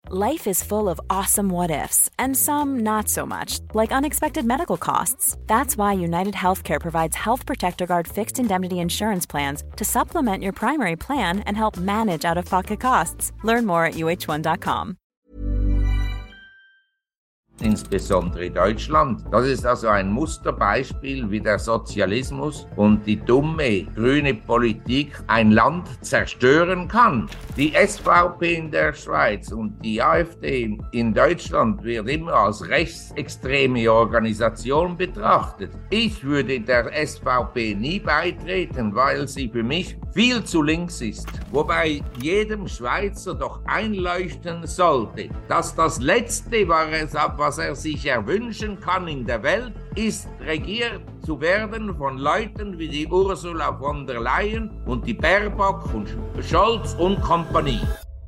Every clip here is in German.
Life is full of awesome what-ifs, and some not so much, like unexpected medical costs. That's why United Healthcare provides Health Protector Guard fixed indemnity insurance plans to supplement your primary plan and help manage out-of-pocket costs. Learn more at uh1.com. Insbesondere Deutschland. Das ist also ein Musterbeispiel, wie der Sozialismus und die dumme grüne Politik ein Land zerstören kann. Die SVP in der Schweiz und die AfD in Deutschland wird immer als rechtsextreme Organisation betrachtet. Ich würde der SVP nie beitreten, weil sie für mich viel zu links ist. Wobei jedem Schweizer doch einleuchten sollte, dass das Letzte, was er sich erwünschen kann in der Welt, ist regiert zu werden von Leuten wie die Ursula von der Leyen und die Baerbock und Scholz und Kompanie.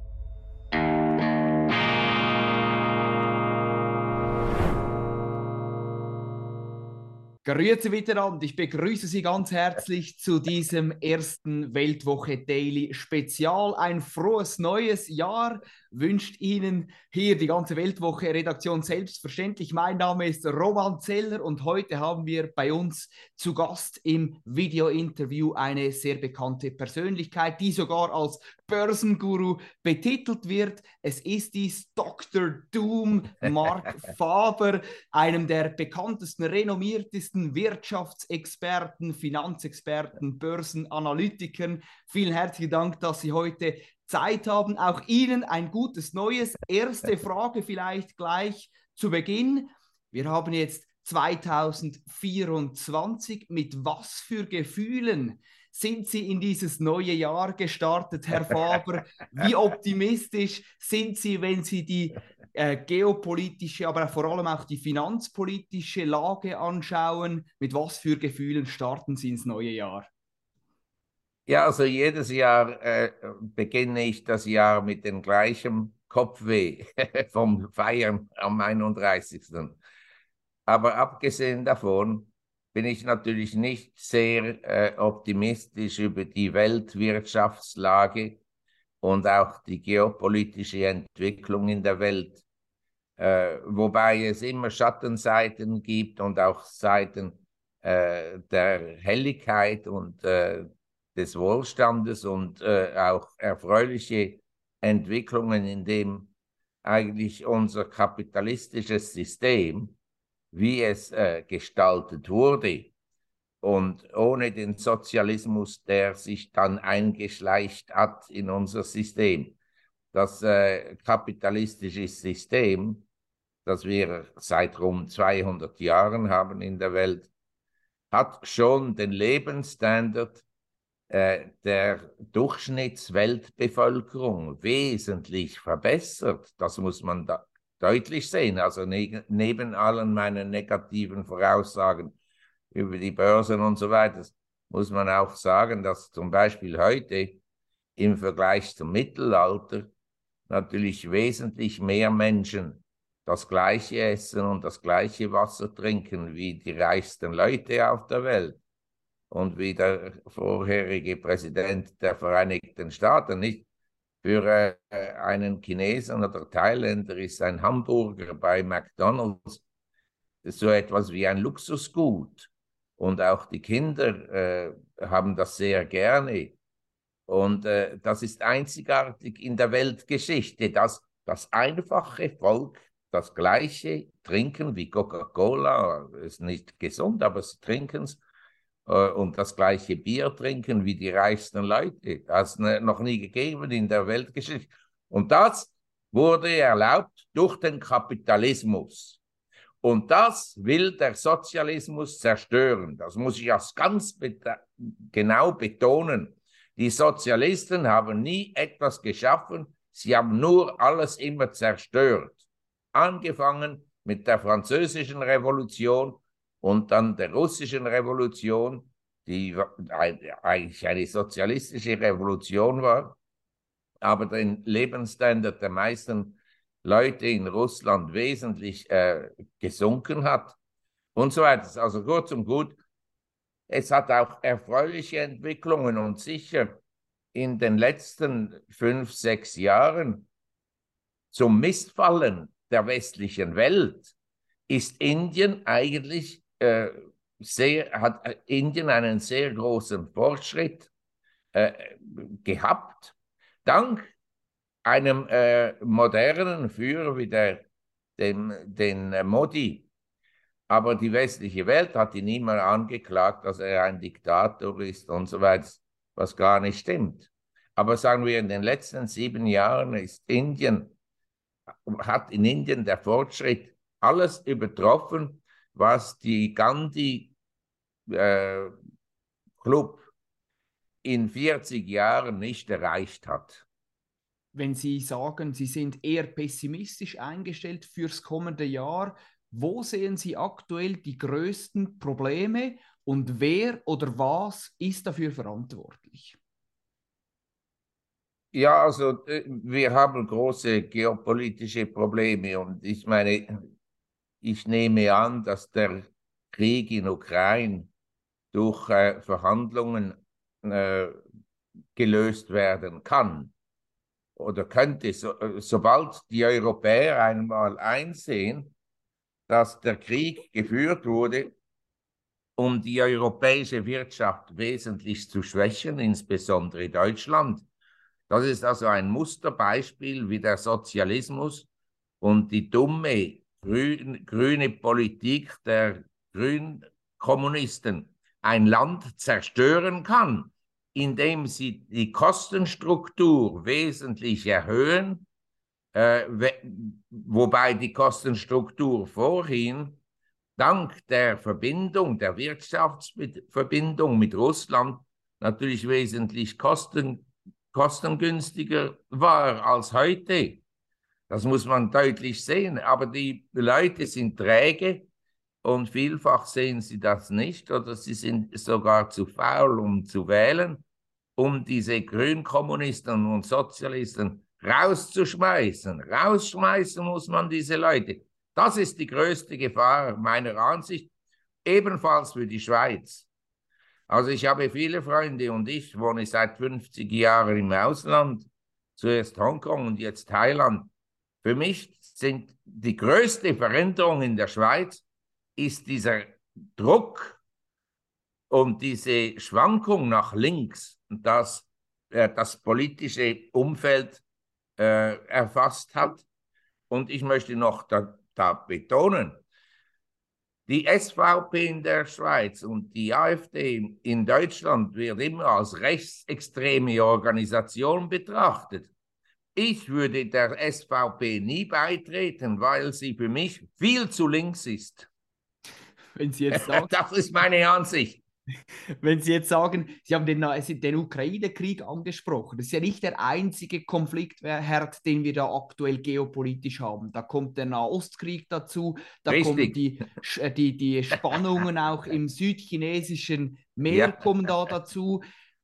Grüezi miteinander, ich begrüße Sie ganz herzlich zu diesem ersten Weltwoche Daily Spezial. Ein frohes neues Jahr wünscht Ihnen hier die ganze Weltwoche Redaktion selbstverständlich. Mein Name ist Roman Zeller und heute haben wir bei uns zu Gast im Video-Interview eine sehr bekannte Persönlichkeit, die sogar als Börsenguru betitelt wird. Es ist dies Dr. Doom, Mark Faber, einem der bekanntesten, renommiertesten Wirtschaftsexperten, Finanzexperten, Börsenanalytikern. Vielen herzlichen Dank, dass Sie heute Zeit haben. Auch Ihnen ein gutes Neues. Erste Frage vielleicht gleich zu Beginn. Wir haben jetzt 2024. Mit was für Gefühlen sind Sie in dieses neue Jahr gestartet, Herr Faber? Wie optimistisch sind Sie, wenn Sie die geopolitische, aber vor allem auch die finanzpolitische Lage anschauen? Mit was für Gefühlen starten Sie ins neue Jahr? Ja, also jedes Jahr beginne ich das Jahr mit dem gleichen Kopfweh vom Feiern am 31. Aber abgesehen davon bin ich natürlich nicht sehr optimistisch über die Weltwirtschaftslage und auch die geopolitische Entwicklung in der Welt, wobei es immer Schattenseiten gibt und auch Seiten der Helligkeit und des Wohlstandes und auch erfreuliche Entwicklungen, in dem eigentlich unser kapitalistisches System, wie es gestaltet wurde und ohne den Sozialismus, der sich dann eingeschleicht hat in unser System. Das kapitalistische System, das wir seit rund 200 Jahren haben in der Welt, hat schon den Lebensstandard der Durchschnittsweltbevölkerung wesentlich verbessert. Das muss man deutlich sehen. Also neben allen meinen negativen Voraussagen über die Börsen und so weiter, muss man auch sagen, dass zum Beispiel heute im Vergleich zum Mittelalter natürlich wesentlich mehr Menschen das gleiche essen und das gleiche Wasser trinken wie die reichsten Leute auf der Welt. Und wie der vorherige Präsident der Vereinigten Staaten, nicht? Für einen Chinesen oder Thailänder ist ein Hamburger bei McDonald's so etwas wie ein Luxusgut. Und auch die Kinder haben das sehr gerne. Und das ist einzigartig in der Weltgeschichte, dass das einfache Volk das Gleiche trinken wie Coca-Cola, ist nicht gesund, aber sie trinken es, und das gleiche Bier trinken wie die reichsten Leute. Das hat es noch nie gegeben in der Weltgeschichte. Und das wurde erlaubt durch den Kapitalismus. Und das will der Sozialismus zerstören. Das muss ich auch ganz genau betonen. Die Sozialisten haben nie etwas geschaffen, sie haben nur alles immer zerstört. Angefangen mit der Französischen Revolution und dann der Russischen Revolution, die eigentlich eine sozialistische Revolution war, aber den Lebensstandard der meisten Leute in Russland wesentlich gesunken hat und so weiter. Also kurz und gut, es hat auch erfreuliche Entwicklungen und sicher in den letzten 5, 6 Jahren zum Missfallen der westlichen Welt ist Indien eigentlich hat Indien einen sehr großen Fortschritt gehabt, dank einem modernen Führer wie den Modi. Aber die westliche Welt hat ihn immer angeklagt, dass er ein Diktator ist und so weiter, was gar nicht stimmt. Aber sagen wir, in den letzten 7 Jahren hat in Indien der Fortschritt alles übertroffen, was die Gandhi Club in 40 Jahren nicht erreicht hat. Wenn Sie sagen, Sie sind eher pessimistisch eingestellt fürs kommende Jahr, wo sehen Sie aktuell die größten Probleme und wer oder was ist dafür verantwortlich? Ja, also wir haben große geopolitische Probleme und ich meine, ich nehme an, dass der Krieg in Ukraine durch Verhandlungen gelöst werden kann oder könnte, sobald die Europäer einmal einsehen, dass der Krieg geführt wurde, um die europäische Wirtschaft wesentlich zu schwächen, insbesondere Deutschland. Das ist also ein Musterbeispiel, wie der Sozialismus und die dumme grüne Politik der Grünkommunisten ein Land zerstören kann, indem sie die Kostenstruktur wesentlich erhöhen, wobei die Kostenstruktur vorhin dank der Verbindung, der Wirtschaftsverbindung mit Russland natürlich wesentlich kostengünstiger war als heute. Das muss man deutlich sehen. Aber die Leute sind träge und vielfach sehen sie das nicht oder sie sind sogar zu faul, um zu wählen, um diese Grünkommunisten und Sozialisten rauszuschmeißen. Rausschmeißen muss man diese Leute. Das ist die größte Gefahr meiner Ansicht, ebenfalls für die Schweiz. Also ich habe viele Freunde und ich wohne seit 50 Jahren im Ausland, zuerst Hongkong und jetzt Thailand. Für mich sind die größte Veränderung in der Schweiz ist dieser Druck und diese Schwankung nach links, das das politische Umfeld erfasst hat. Und ich möchte noch da betonen, die SVP in der Schweiz und die AfD in Deutschland wird immer als rechtsextreme Organisation betrachtet. Ich würde der SVP nie beitreten, weil sie für mich viel zu links ist. Wenn Sie jetzt sagen, das ist meine Ansicht. Wenn Sie jetzt sagen, Sie haben den Ukraine-Krieg angesprochen, das ist ja nicht der einzige Konfliktherd, den wir da aktuell geopolitisch haben. Da kommt der Nahostkrieg dazu, da kommen die Spannungen auch im südchinesischen Meer kommen da dazu.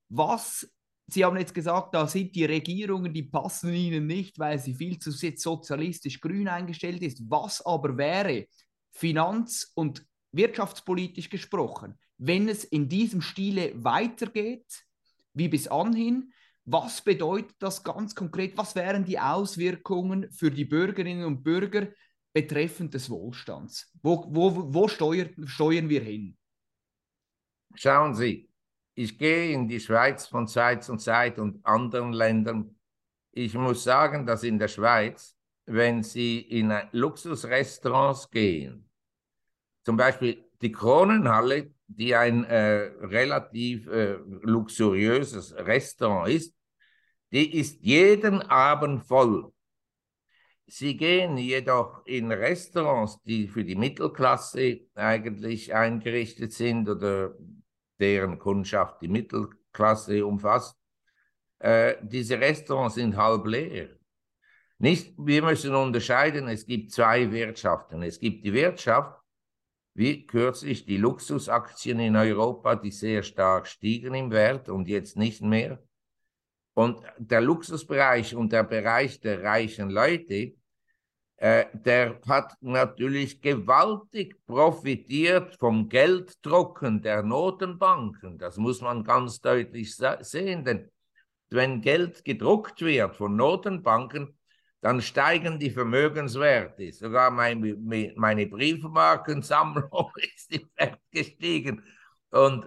Sie haben jetzt gesagt, da sind die Regierungen, die passen Ihnen nicht, weil sie viel zu sozialistisch-grün eingestellt ist. Was aber wäre finanz- und wirtschaftspolitisch gesprochen, wenn es in diesem Stile weitergeht, wie bis anhin, was bedeutet das ganz konkret? Was wären die Auswirkungen für die Bürgerinnen und Bürger betreffend des Wohlstands? Wo steuern wir hin? Schauen Sie, ich gehe in die Schweiz von Zeit zu Zeit und anderen Ländern. Ich muss sagen, dass in der Schweiz, wenn Sie in Luxusrestaurants gehen, zum Beispiel die Kronenhalle, die ein relativ luxuriöses Restaurant ist, die ist jeden Abend voll. Sie gehen jedoch in Restaurants, die für die Mittelklasse eigentlich eingerichtet sind oder deren Kundschaft die Mittelklasse umfasst. Diese Restaurants sind halb leer. Wir müssen unterscheiden, es gibt zwei Wirtschaften. Es gibt die Wirtschaft, wie kürzlich die Luxusaktien in Europa, die sehr stark stiegen im Wert und jetzt nicht mehr. Und der Luxusbereich und der Bereich der reichen Leute, der hat natürlich gewaltig profitiert vom Gelddrucken der Notenbanken. Das muss man ganz deutlich sehen, denn wenn Geld gedruckt wird von Notenbanken, dann steigen die Vermögenswerte. Sogar meine Briefmarkensammlung ist im Wert gestiegen. Und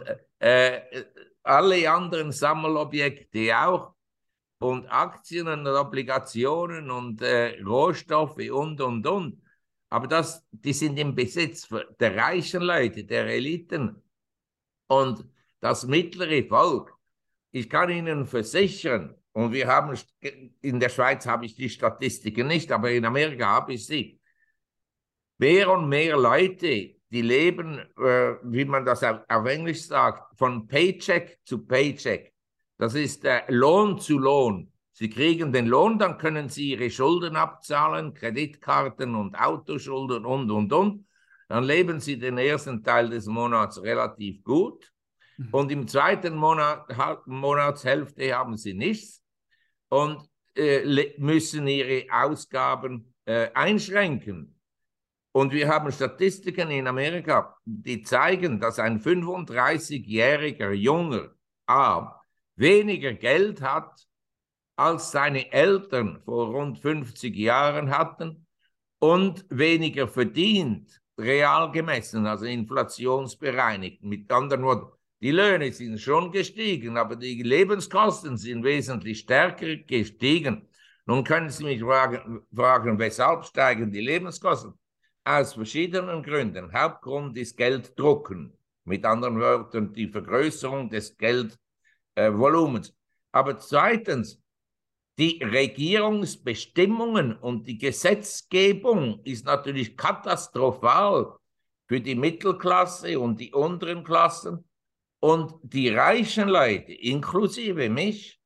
alle anderen Sammelobjekte auch. Und Aktien und Obligationen und Rohstoffe und. Aber die sind im Besitz der reichen Leute, der Eliten. Und das mittlere Volk, ich kann Ihnen versichern, und wir haben, in der Schweiz habe ich die Statistiken nicht, aber in Amerika habe ich sie. Mehr und mehr Leute, die leben, wie man das auf Englisch sagt, von Paycheck zu Paycheck. Das ist Lohn zu Lohn. Sie kriegen den Lohn, dann können Sie Ihre Schulden abzahlen, Kreditkarten und Autoschulden und. Dann leben Sie den ersten Teil des Monats relativ gut. Und im zweiten Monatshälfte haben Sie nichts und müssen Ihre Ausgaben einschränken. Und wir haben Statistiken in Amerika, die zeigen, dass ein 35-jähriger Junger weniger Geld hat, als seine Eltern vor rund 50 Jahren hatten und weniger verdient, real gemessen, also inflationsbereinigt. Mit anderen Worten, die Löhne sind schon gestiegen, aber die Lebenskosten sind wesentlich stärker gestiegen. Nun können Sie mich fragen, weshalb steigen die Lebenskosten? Aus verschiedenen Gründen. Hauptgrund ist Gelddrucken. Mit anderen Worten, die Vergrößerung des Geldvolumens. Aber zweitens, die Regierungsbestimmungen und die Gesetzgebung ist natürlich katastrophal für die Mittelklasse und die unteren Klassen. Und die reichen Leute, inklusive mich,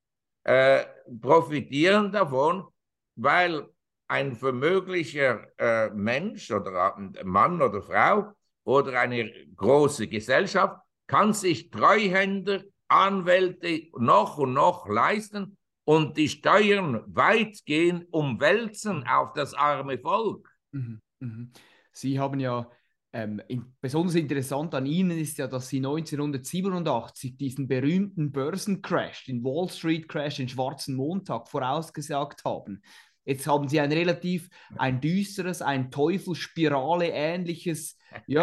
profitieren davon, weil ein vermöglicher Mensch oder Mann oder Frau oder eine große Gesellschaft kann sich Treuhänder, Anwälte noch und noch leisten und die Steuern weitgehend umwälzen auf das arme Volk. Sie haben ja, besonders interessant an Ihnen ist ja, dass Sie 1987 diesen berühmten Börsencrash, den Wall Street Crash, den schwarzen Montag vorausgesagt haben. Jetzt haben Sie ein düsteres, ein Teufelsspirale ähnliches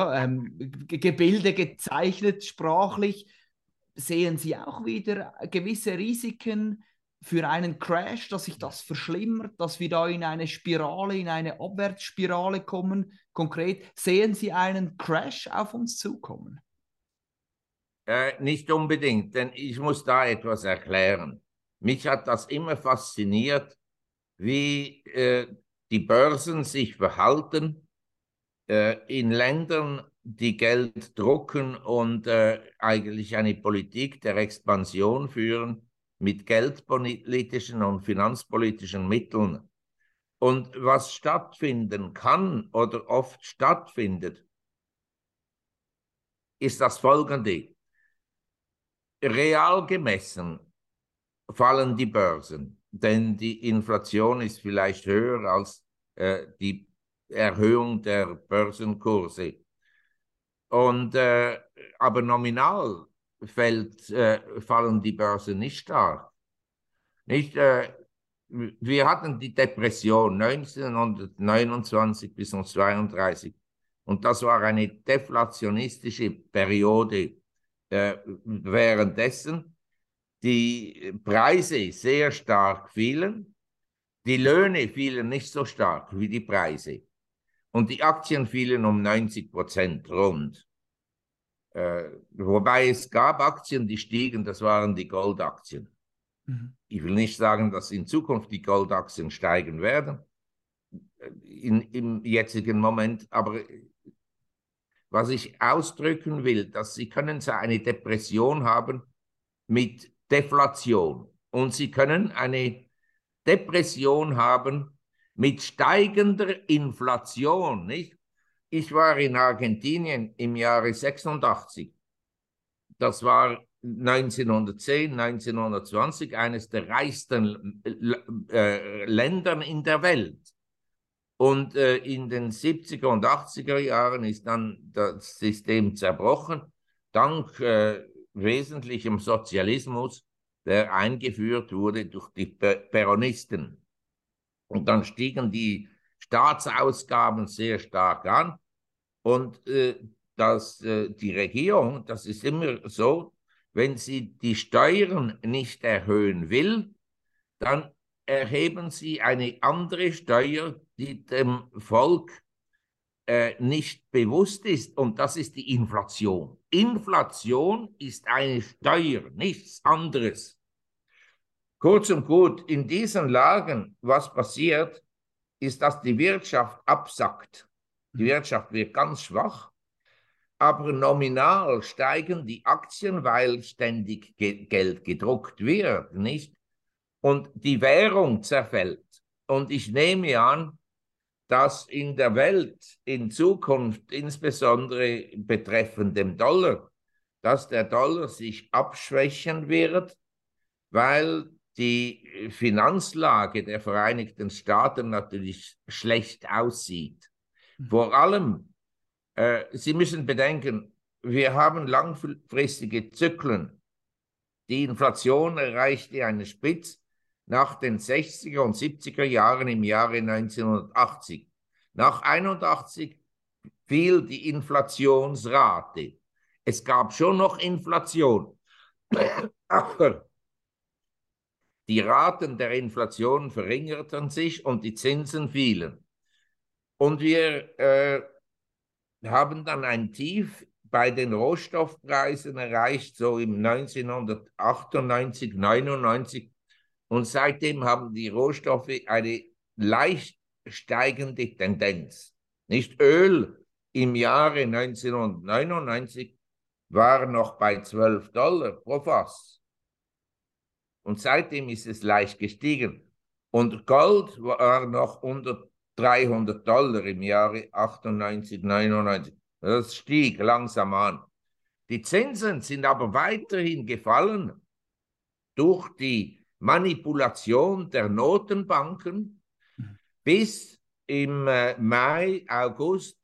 Gebilde gezeichnet, sprachlich. Sehen Sie auch wieder gewisse Risiken für einen Crash, dass sich das verschlimmert, dass wir da in eine Spirale, in eine Abwärtsspirale kommen? Konkret, sehen Sie einen Crash auf uns zukommen? Nicht unbedingt, denn ich muss da etwas erklären. Mich hat das immer fasziniert, wie die Börsen sich verhalten in Ländern, die Geld drucken und eigentlich eine Politik der Expansion führen mit geldpolitischen und finanzpolitischen Mitteln. Und was stattfinden kann oder oft stattfindet, ist das Folgende. Real gemessen fallen die Börsen, denn die Inflation ist vielleicht höher als die Erhöhung der Börsenkurse. Und, aber nominal fallen die Börsen nicht stark. Wir hatten die Depression 1929 bis 1932 und das war eine deflationistische Periode, währenddessen die Preise sehr stark fielen, die Löhne fielen nicht so stark wie die Preise und die Aktien fielen um 90% rund. Wobei es gab Aktien, die stiegen, das waren die Goldaktien. Ich will nicht sagen, dass in Zukunft die Goldaktien steigen werden, im jetzigen Moment, aber was ich ausdrücken will, dass Sie können eine Depression haben mit Deflation und Sie können eine Depression haben mit steigender Inflation, nicht? Ich war in Argentinien im Jahre 86. Das war 1910, 1920 eines der reichsten Länder in der Welt. Und in den 70er und 80er Jahren ist dann das System zerbrochen, dank wesentlichem Sozialismus, der eingeführt wurde durch die Peronisten. Und dann stiegen die Staatsausgaben sehr stark an. Und die Regierung, das ist immer so, wenn sie die Steuern nicht erhöhen will, dann erheben sie eine andere Steuer, die dem Volk nicht bewusst ist. Und das ist die Inflation. Inflation ist eine Steuer, nichts anderes. Kurz und gut, in diesen Lagen, was passiert, ist, dass die Wirtschaft absackt. Die Wirtschaft wird ganz schwach, aber nominal steigen die Aktien, weil ständig Geld gedruckt wird, nicht? Und die Währung zerfällt. Und ich nehme an, dass in der Welt in Zukunft, insbesondere betreffend dem Dollar, dass der Dollar sich abschwächen wird, weil die Finanzlage der Vereinigten Staaten natürlich schlecht aussieht. Vor allem, Sie müssen bedenken, wir haben langfristige Zyklen. Die Inflation erreichte eine Spitze nach den 60er und 70er Jahren im Jahre 1980. Nach 1981 fiel die Inflationsrate. Es gab schon noch Inflation, aber die Raten der Inflation verringerten sich und die Zinsen fielen. Und wir haben dann ein Tief bei den Rohstoffpreisen erreicht, so im 1998, 99. Und seitdem haben die Rohstoffe eine leicht steigende Tendenz. Nicht Öl im Jahre 1999 war noch bei $12 pro Fass. Und seitdem ist es leicht gestiegen. Und Gold war noch unter $300 im Jahre 98, 99. Das stieg langsam an. Die Zinsen sind aber weiterhin gefallen durch die Manipulation der Notenbanken bis im Mai, August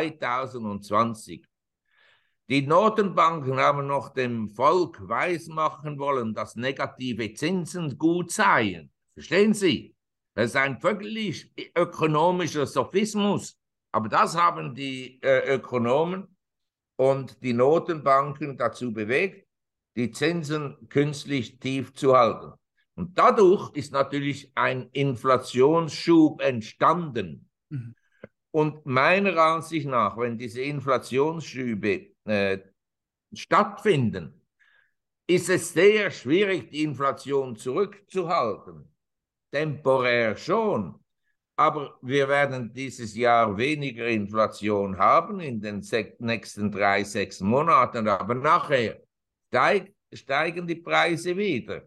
2020. Die Notenbanken haben noch dem Volk weismachen wollen, dass negative Zinsen gut seien. Verstehen Sie? Das ist ein völlig ökonomischer Sophismus. Aber das haben die Ökonomen und die Notenbanken dazu bewegt, die Zinsen künstlich tief zu halten. Und dadurch ist natürlich ein Inflationsschub entstanden. Mhm. Und meiner Ansicht nach, wenn diese Inflationsschübe stattfinden, ist es sehr schwierig, die Inflation zurückzuhalten. Temporär schon, aber wir werden dieses Jahr weniger Inflation haben in den nächsten 3, 6 Monaten, aber nachher steigen die Preise wieder.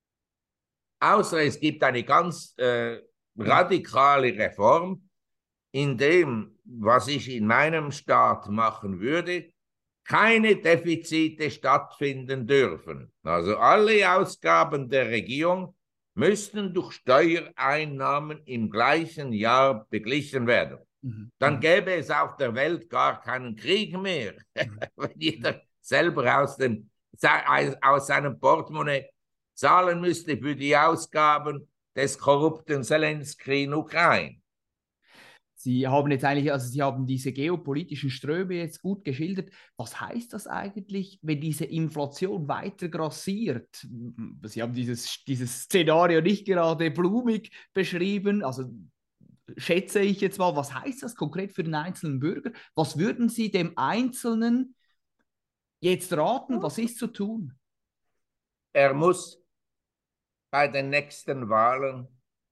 Außer es gibt eine ganz radikale Reform, in dem, was ich in meinem Staat machen würde, keine Defizite stattfinden dürfen. Also alle Ausgaben der Regierung müssten durch Steuereinnahmen im gleichen Jahr beglichen werden. Dann gäbe es auf der Welt gar keinen Krieg mehr, wenn jeder selber aus seinem Portemonnaie zahlen müsste für die Ausgaben des korrupten Zelensky in Ukraine. Sie haben jetzt eigentlich, also Sie haben diese geopolitischen Ströme jetzt gut geschildert. Was heißt das eigentlich, wenn diese Inflation weiter grassiert? Sie haben dieses Szenario nicht gerade blumig beschrieben, also schätze ich jetzt mal, was heißt das konkret für den einzelnen Bürger? Was würden Sie dem Einzelnen jetzt raten, was ist zu tun? Er muss bei den nächsten Wahlen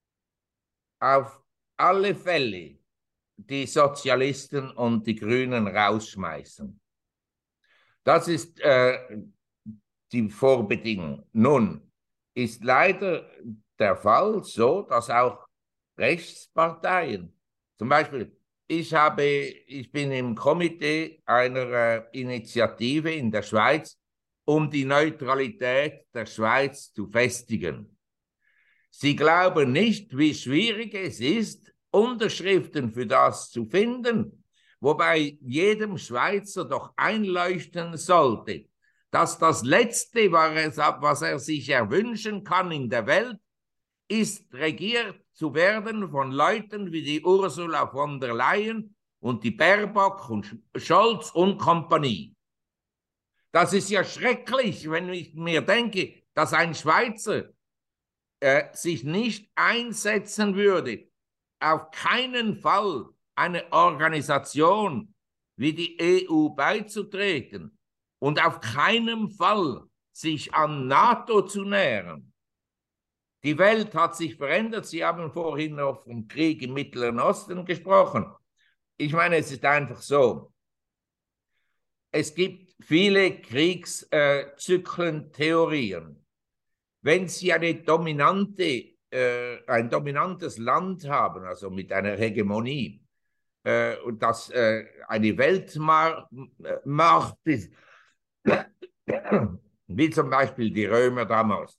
auf alle Fälle die Sozialisten und die Grünen rausschmeißen. Das ist die Vorbedingung. Nun ist leider der Fall so, dass auch Rechtsparteien, zum Beispiel, ich bin im Komitee einer Initiative in der Schweiz, um die Neutralität der Schweiz zu festigen. Sie glauben nicht, wie schwierig es ist, Unterschriften für das zu finden, wobei jedem Schweizer doch einleuchten sollte, dass das Letzte, was er sich erwünschen kann in der Welt, ist, regiert zu werden von Leuten wie die Ursula von der Leyen und die Baerbock und Scholz und Kompanie. Das ist ja schrecklich, wenn ich mir denke, dass ein Schweizer sich nicht einsetzen würde, auf keinen Fall eine Organisation wie die EU beizutreten und auf keinen Fall sich an NATO zu nähern. Die Welt hat sich verändert. Sie haben vorhin noch vom Krieg im Mittleren Osten gesprochen. Ich meine, es ist einfach so. Es gibt viele Kriegszyklentheorien. Wenn Sie ein dominantes Land haben, also mit einer Hegemonie, und das eine Weltmacht ist, wie zum Beispiel die Römer damals,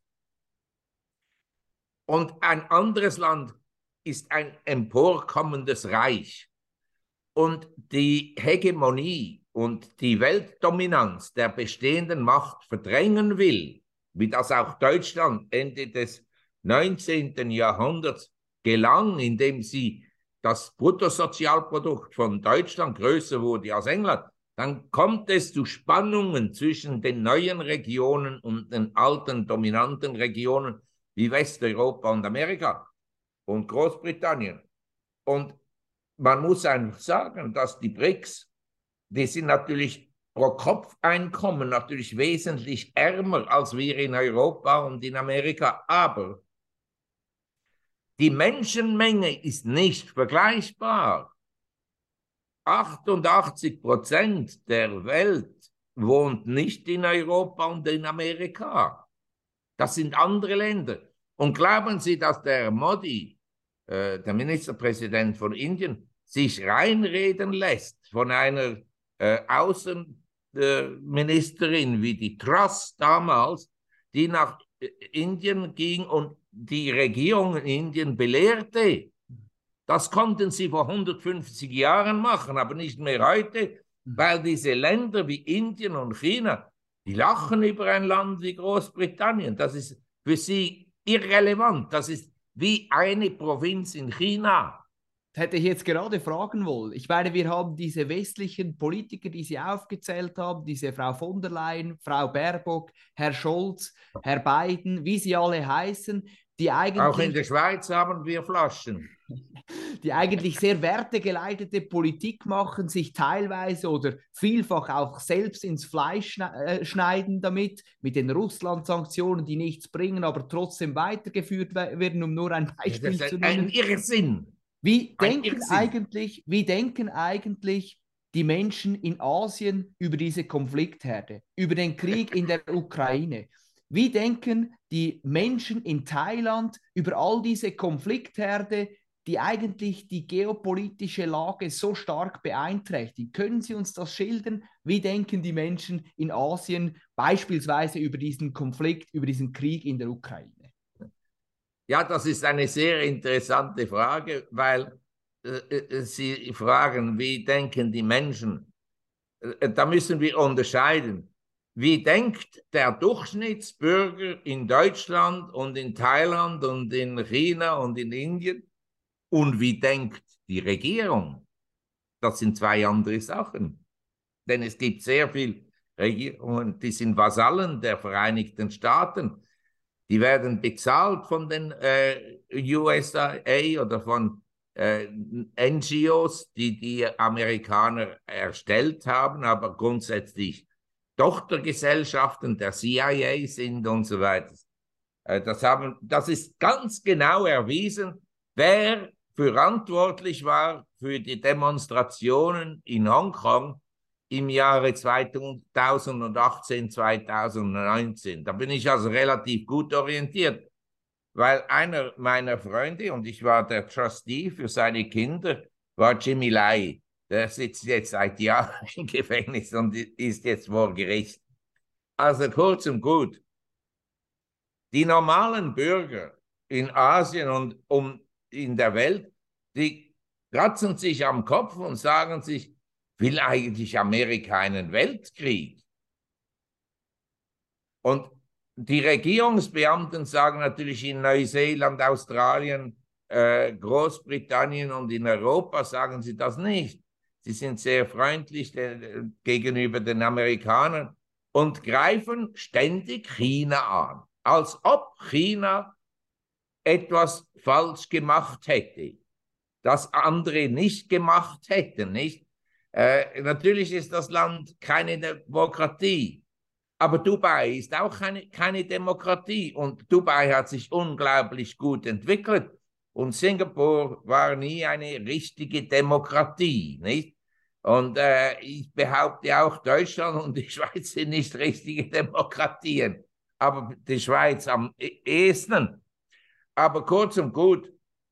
und ein anderes Land ist ein emporkommendes Reich. Und die Hegemonie und die Weltdominanz der bestehenden Macht verdrängen will, wie das auch Deutschland Ende des 19. Jahrhunderts gelang, indem sie das Bruttosozialprodukt von Deutschland größer wurde als England, dann kommt es zu Spannungen zwischen den neuen Regionen und den alten dominanten Regionen wie Westeuropa und Amerika und Großbritannien. Und man muss einfach sagen, dass die BRICS, die sind natürlich pro Kopfeinkommen natürlich wesentlich ärmer als wir in Europa und in Amerika, aber die Menschenmenge ist nicht vergleichbar. 88% der Welt wohnt nicht in Europa und in Amerika. Das sind andere Länder. Und glauben Sie, dass der Modi, der Ministerpräsident von Indien, sich reinreden lässt von einer Außenministerin wie die Truss damals, die nach Indien ging und die Regierung in Indien belehrte? Das konnten sie vor 150 Jahren machen, aber nicht mehr heute, weil diese Länder wie Indien und China, die lachen über ein Land wie Großbritannien. Das ist für sie irrelevant. Das ist wie eine Provinz in China. Das hätte ich jetzt gerade fragen wollen. Ich meine, wir haben diese westlichen Politiker, die Sie aufgezählt haben, diese Frau von der Leyen, Frau Baerbock, Herr Scholz, Herr Biden, wie sie alle heißen, die eigentlich... Auch in der Schweiz haben wir Flaschen. Die eigentlich sehr wertegeleitete Politik machen, sich teilweise oder vielfach auch selbst ins Fleisch schneiden damit, mit den Russland-Sanktionen, die nichts bringen, aber trotzdem weitergeführt werden, um nur ein Beispiel zu nennen. Ein Irrsinn. Wie denken eigentlich die Menschen in Asien über diese Konfliktherde, über den Krieg in der Ukraine? Wie denken die Menschen in Thailand über all diese Konfliktherde, die eigentlich die geopolitische Lage so stark beeinträchtigt? Können Sie uns das schildern? Wie denken die Menschen in Asien beispielsweise über diesen Konflikt, über diesen Krieg in der Ukraine? Ja, das ist eine sehr interessante Frage, weil Sie fragen, wie denken die Menschen? Da müssen wir unterscheiden. Wie denkt der Durchschnittsbürger in Deutschland und in Thailand und in China und in Indien? Und wie denkt die Regierung? Das sind zwei andere Sachen. Denn es gibt sehr viele Regierungen, die sind Vasallen der Vereinigten Staaten. Die werden bezahlt von den USA oder von NGOs, die die Amerikaner erstellt haben, aber grundsätzlich Tochtergesellschaften der CIA sind und so weiter. Das ist ganz genau erwiesen, wer verantwortlich war für die Demonstrationen in Hongkong im Jahre 2018, 2019. Da bin ich also relativ gut orientiert, weil einer meiner Freunde, und ich war der Trustee für seine Kinder, war Jimmy Lai. Der sitzt jetzt seit Jahren im Gefängnis und ist jetzt vor Gericht. Also kurz und gut, die normalen Bürger in Asien und in der Welt, die kratzen sich am Kopf und sagen sich, will eigentlich Amerika einen Weltkrieg? Und die Regierungsbeamten sagen natürlich in Neuseeland, Australien, Großbritannien und in Europa sagen sie das nicht. Sie sind sehr freundlich gegenüber den Amerikanern und greifen ständig China an, als ob China etwas falsch gemacht hätte, das andere nicht gemacht hätten, nicht? Natürlich ist das Land keine Demokratie, aber Dubai ist auch keine Demokratie und Dubai hat sich unglaublich gut entwickelt und Singapur war nie eine richtige Demokratie, nicht? Und ich behaupte auch, Deutschland und die Schweiz sind nicht richtige Demokratien, aber die Schweiz am ehesten. Aber kurz und gut,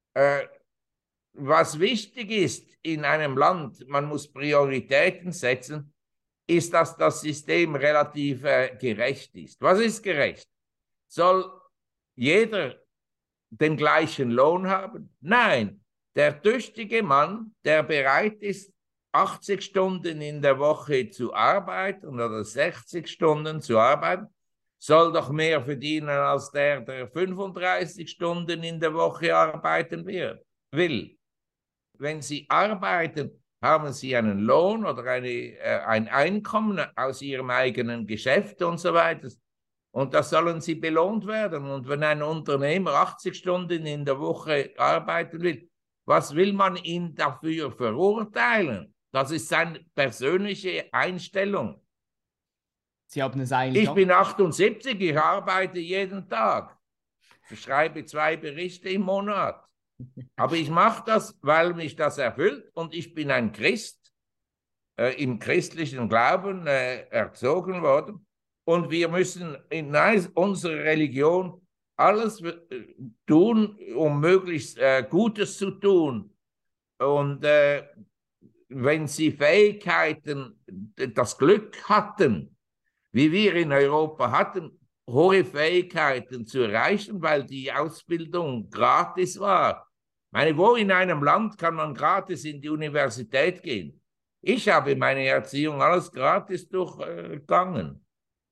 was wichtig ist in einem Land, man muss Prioritäten setzen, ist, dass das System relativ gerecht ist. Was ist gerecht? Soll jeder den gleichen Lohn haben? Nein, der tüchtige Mann, der bereit ist, 80 Stunden in der Woche zu arbeiten oder 60 Stunden zu arbeiten, soll doch mehr verdienen als der 35 Stunden in der Woche arbeiten will. Wenn Sie arbeiten, haben Sie einen Lohn oder ein Einkommen aus Ihrem eigenen Geschäft und so weiter. Und da sollen Sie belohnt werden. Und wenn ein Unternehmer 80 Stunden in der Woche arbeiten will, was will man ihn dafür verurteilen? Das ist seine persönliche Einstellung. Sie haben es eigentlich Ich bin 78, ich arbeite jeden Tag. Ich schreibe 2 Berichte im Monat. Aber ich mache das, weil mich das erfüllt und ich bin ein Christ, im christlichen Glauben erzogen worden und wir müssen in unserer Religion alles tun, um möglichst Gutes zu tun. Und wenn Sie Fähigkeiten, das Glück hatten, wie wir in Europa hatten, hohe Fähigkeiten zu erreichen, weil die Ausbildung gratis war. Ich meine, wo in einem Land kann man gratis in die Universität gehen? Ich habe meine Erziehung alles gratis durchgangen.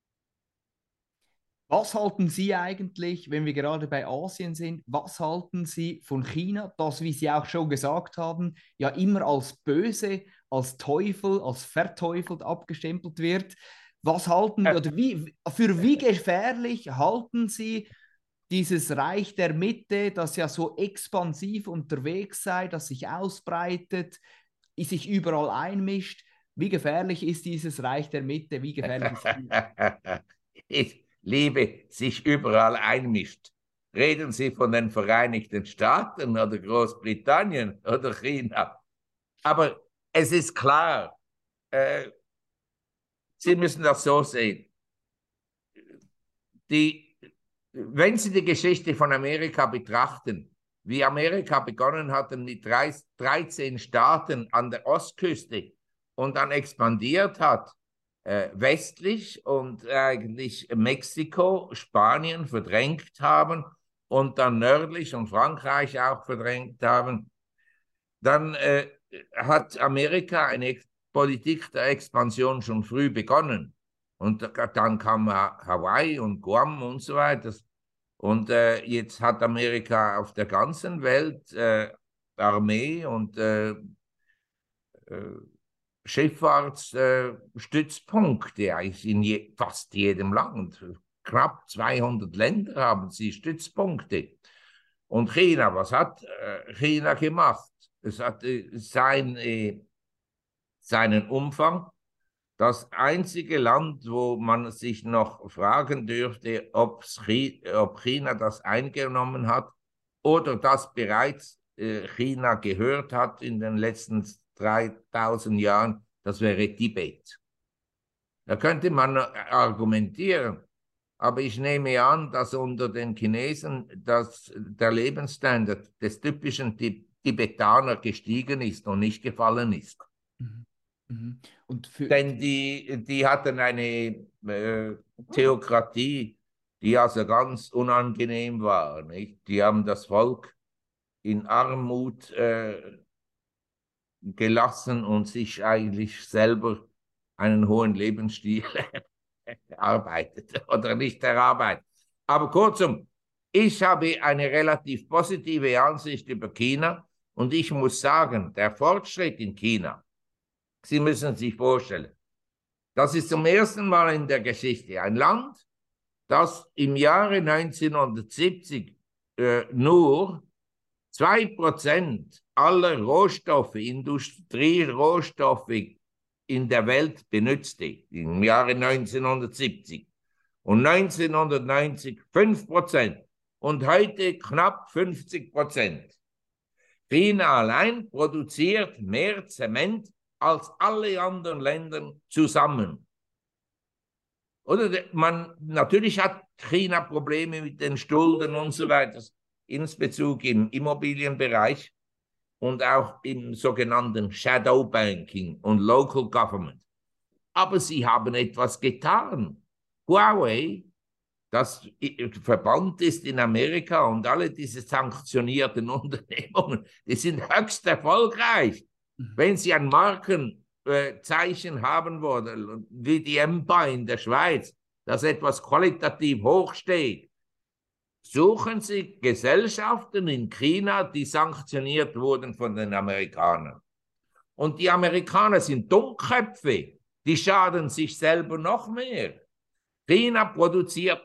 Was halten Sie eigentlich, wenn wir gerade bei Asien sind, was halten Sie von China, das, wie Sie auch schon gesagt haben, ja immer als böse, als Teufel, als verteufelt abgestempelt wird? Was halten, oder für wie gefährlich halten Sie dieses Reich der Mitte, das ja so expansiv unterwegs sei, das sich ausbreitet, sich überall einmischt? Wie gefährlich ist dieses Reich der Mitte? Wie gefährlich ist China? Ich liebe, sich überall einmischt. Reden Sie von den Vereinigten Staaten oder Großbritannien oder China. Aber es ist klar, Sie müssen das so sehen. Wenn Sie die Geschichte von Amerika betrachten, wie Amerika begonnen hat mit 13 Staaten an der Ostküste und dann expandiert hat, westlich und eigentlich Mexiko, Spanien verdrängt haben und dann nördlich und Frankreich auch verdrängt haben, dann hat Amerika eine Politik der Expansion schon früh begonnen. Und dann kam Hawaii und Guam und so weiter. Und jetzt hat Amerika auf der ganzen Welt Armee und Schifffahrtsstützpunkte eigentlich in fast jedem Land. Knapp 200 Länder haben sie Stützpunkte. Und China, was hat China gemacht? Es hat seinen Umfang. Das einzige Land, wo man sich noch fragen dürfte, ob China das eingenommen hat oder das bereits China gehört hat in den letzten 3000 Jahren, das wäre Tibet. Da könnte man argumentieren, aber ich nehme an, dass unter den Chinesen der Lebensstandard des typischen Tibetaner gestiegen ist und nicht gefallen ist. Mhm. Mhm. Denn die hatten eine Theokratie, die also ganz unangenehm war. Nicht? Die haben das Volk in Armut gelassen und sich eigentlich selber einen hohen Lebensstil arbeitet oder nicht erarbeitet. Aber kurzum, ich habe eine relativ positive Ansicht über China und ich muss sagen, der Fortschritt in China, Sie müssen sich vorstellen, das ist zum ersten Mal in der Geschichte ein Land, das im Jahre 1970 nur 2% aller Rohstoffe, Industrierohstoffe in der Welt benutzte, im Jahre 1970. Und 1990 5% und heute knapp 50%. China allein produziert mehr Zement als alle anderen Länder zusammen. Oder natürlich hat China Probleme mit den Schulden und so weiter, insbezüglich im Immobilienbereich und auch im sogenannten Shadow Banking und Local Government. Aber sie haben etwas getan. Huawei, das verbannt ist in Amerika und alle diese sanktionierten Unternehmungen, die sind höchst erfolgreich. Wenn sie ein Markenzeichen haben wollen, wie die Empire in der Schweiz, das etwas qualitativ hoch steht, suchen Sie Gesellschaften in China, die sanktioniert wurden von den Amerikanern. Und die Amerikaner sind Dummköpfe, die schaden sich selber noch mehr. China produziert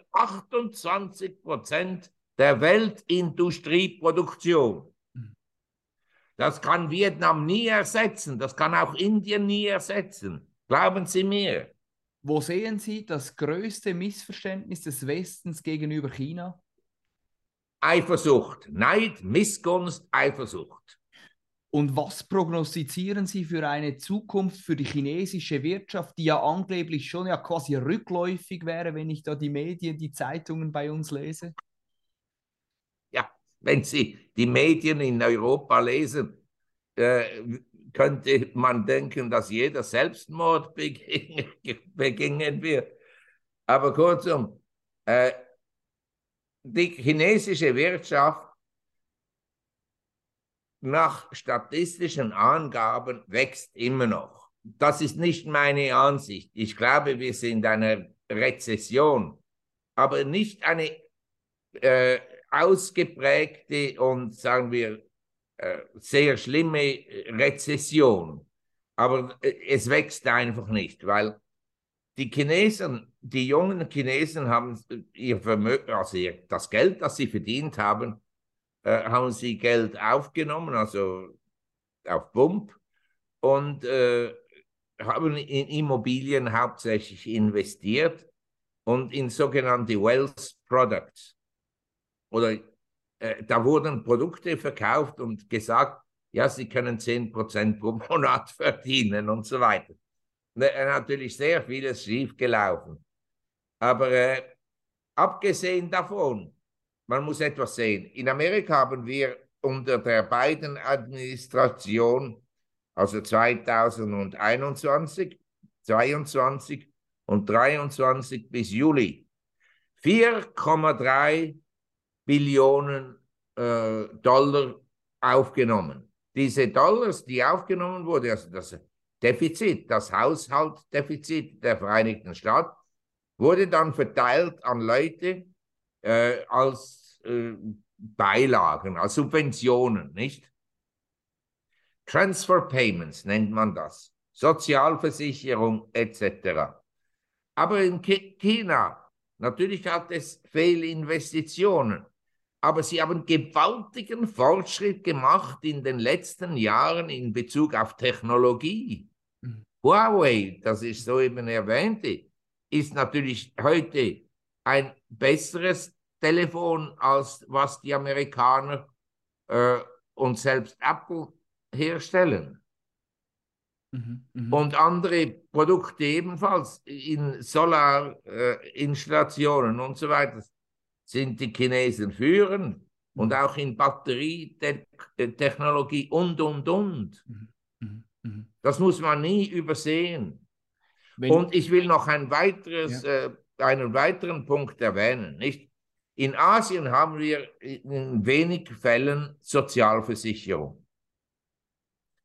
28% der Weltindustrieproduktion. Das kann Vietnam nie ersetzen, das kann auch Indien nie ersetzen. Glauben Sie mir. Wo sehen Sie das größte Missverständnis des Westens gegenüber China? Eifersucht, Neid, Missgunst, Eifersucht. Und was prognostizieren Sie für eine Zukunft für die chinesische Wirtschaft, die ja angeblich schon ja quasi rückläufig wäre, wenn ich da die Medien, die Zeitungen bei uns lese? Ja, wenn Sie die Medien in Europa lesen, könnte man denken, dass jeder Selbstmord begingen wird. Aber kurzum, die chinesische Wirtschaft nach statistischen Angaben wächst immer noch. Das ist nicht meine Ansicht. Ich glaube, wir sind in einer Rezession, aber nicht eine ausgeprägte und, sagen wir, sehr schlimme Rezession. Aber es wächst einfach nicht, weil die Chinesen, die jungen Chinesen haben ihr Vermögen, also das Geld, das sie verdient haben sie Geld aufgenommen, also auf Pump, und haben in Immobilien hauptsächlich investiert und in sogenannte Wealth Products. Oder da wurden Produkte verkauft und gesagt, ja, sie können 10% pro Monat verdienen und so weiter. Natürlich sehr vieles schiefgelaufen. Aber abgesehen davon, man muss etwas sehen. In Amerika haben wir unter der Biden-Administration, also 2021, 22 und 23 bis Juli, 4,3 Billionen Dollar aufgenommen. Diese Dollars, die aufgenommen wurden, also das Defizit, das Haushaltsdefizit der Vereinigten Staaten, wurde dann verteilt an Leute als Beilagen, als Subventionen, nicht? Transfer Payments nennt man das, Sozialversicherung etc. Aber in China, natürlich hat es Fehlinvestitionen, aber sie haben gewaltigen Fortschritt gemacht in den letzten Jahren in Bezug auf Technologie. Huawei, das ich soeben erwähnte, ist natürlich heute ein besseres Telefon, als was die Amerikaner und selbst Apple herstellen. Und andere Produkte ebenfalls in Solarinstallationen und so weiter sind die Chinesen führend und auch in Batterietechnologie und. Das muss man nie übersehen. Und ich will noch einen weiteren Punkt erwähnen, nicht? In Asien haben wir in wenig Fällen Sozialversicherung.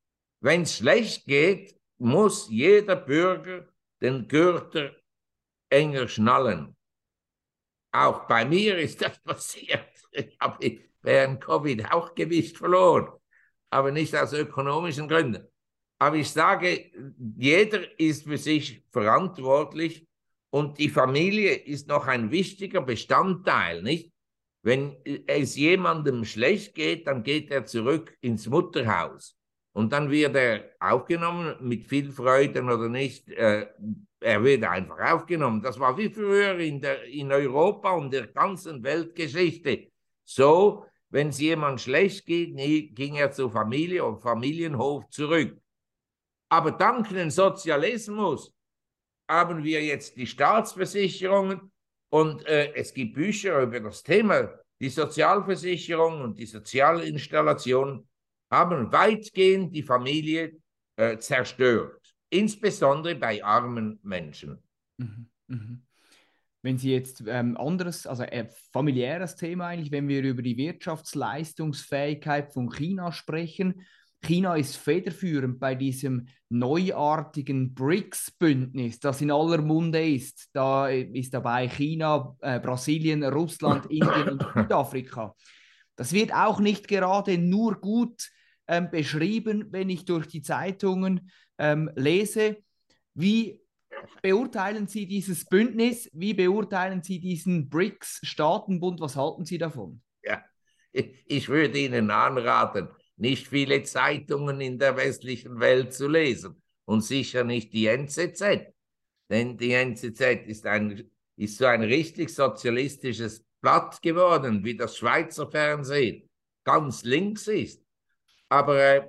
Wenn es schlecht geht, muss jeder Bürger den Gürtel enger schnallen. Auch bei mir ist das passiert. Ich habe während Covid auch Gewicht verloren, aber nicht aus ökonomischen Gründen. Aber ich sage, jeder ist für sich verantwortlich und die Familie ist noch ein wichtiger Bestandteil, nicht? Wenn es jemandem schlecht geht, dann geht er zurück ins Mutterhaus und dann wird er aufgenommen mit viel Freuden oder nicht. Er wird einfach aufgenommen. Das war wie früher in Europa und der ganzen Weltgeschichte. So, wenn es jemand schlecht ging, ging er zur Familie und Familienhof zurück. Aber dank dem Sozialismus haben wir jetzt die Staatsversicherungen und es gibt Bücher über das Thema. Die Sozialversicherung und die Sozialinstallationen haben weitgehend die Familie zerstört, insbesondere bei armen Menschen. Mhm. Mhm. Wenn Sie jetzt anderes, also familiäres Thema eigentlich, wenn wir über die Wirtschaftsleistungsfähigkeit von China sprechen. China ist federführend bei diesem neuartigen BRICS-Bündnis, das in aller Munde ist. Da ist dabei China, Brasilien, Russland, Indien und Südafrika. Das wird auch nicht gerade nur gut beschrieben, wenn ich durch die Zeitungen lese. Wie beurteilen Sie dieses Bündnis? Wie beurteilen Sie diesen BRICS-Staatenbund? Was halten Sie davon? Ja, ich würde Ihnen anraten, nicht viele Zeitungen in der westlichen Welt zu lesen und sicher nicht die NZZ. Denn die NZZ ist so ein richtig sozialistisches Blatt geworden, wie das Schweizer Fernsehen ganz links ist. Aber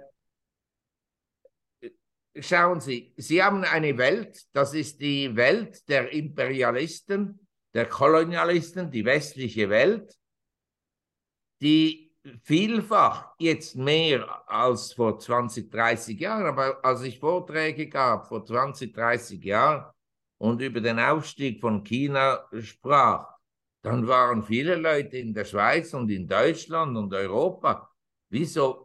schauen Sie, Sie haben eine Welt, das ist die Welt der Imperialisten, der Kolonialisten, die westliche Welt, die vielfach jetzt mehr als vor 20, 30 Jahren, aber als ich Vorträge gab vor 20, 30 Jahren und über den Aufstieg von China sprach, dann waren viele Leute in der Schweiz und in Deutschland und Europa wie so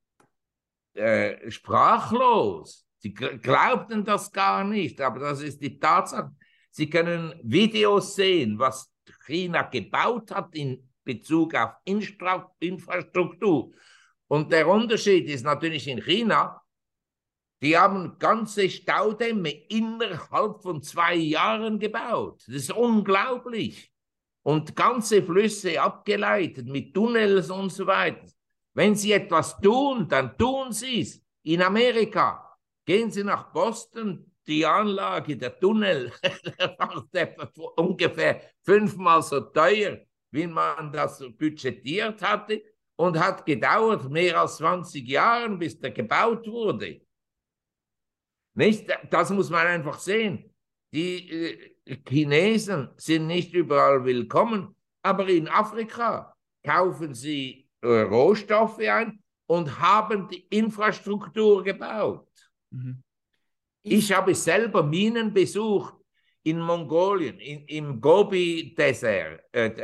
sprachlos. Sie glaubten das gar nicht, aber das ist die Tatsache. Sie können Videos sehen, was China gebaut hat in Bezug auf Infrastruktur. Und der Unterschied ist natürlich in China, die haben ganze Staudämme innerhalb von 2 Jahren gebaut. Das ist unglaublich. Und ganze Flüsse abgeleitet mit Tunnels und so weiter. Wenn Sie etwas tun, dann tun Sie es. In Amerika gehen Sie nach Boston, die Anlage, der Tunnel, der war ungefähr 5-mal so teuer, wie man das budgetiert hatte und hat gedauert mehr als 20 Jahre, bis der gebaut wurde. Nicht? Das muss man einfach sehen. Die Chinesen sind nicht überall willkommen, aber in Afrika kaufen sie Rohstoffe ein und haben die Infrastruktur gebaut. Mhm. Ich habe selber Minen besucht in Mongolien, im Gobi-Desert,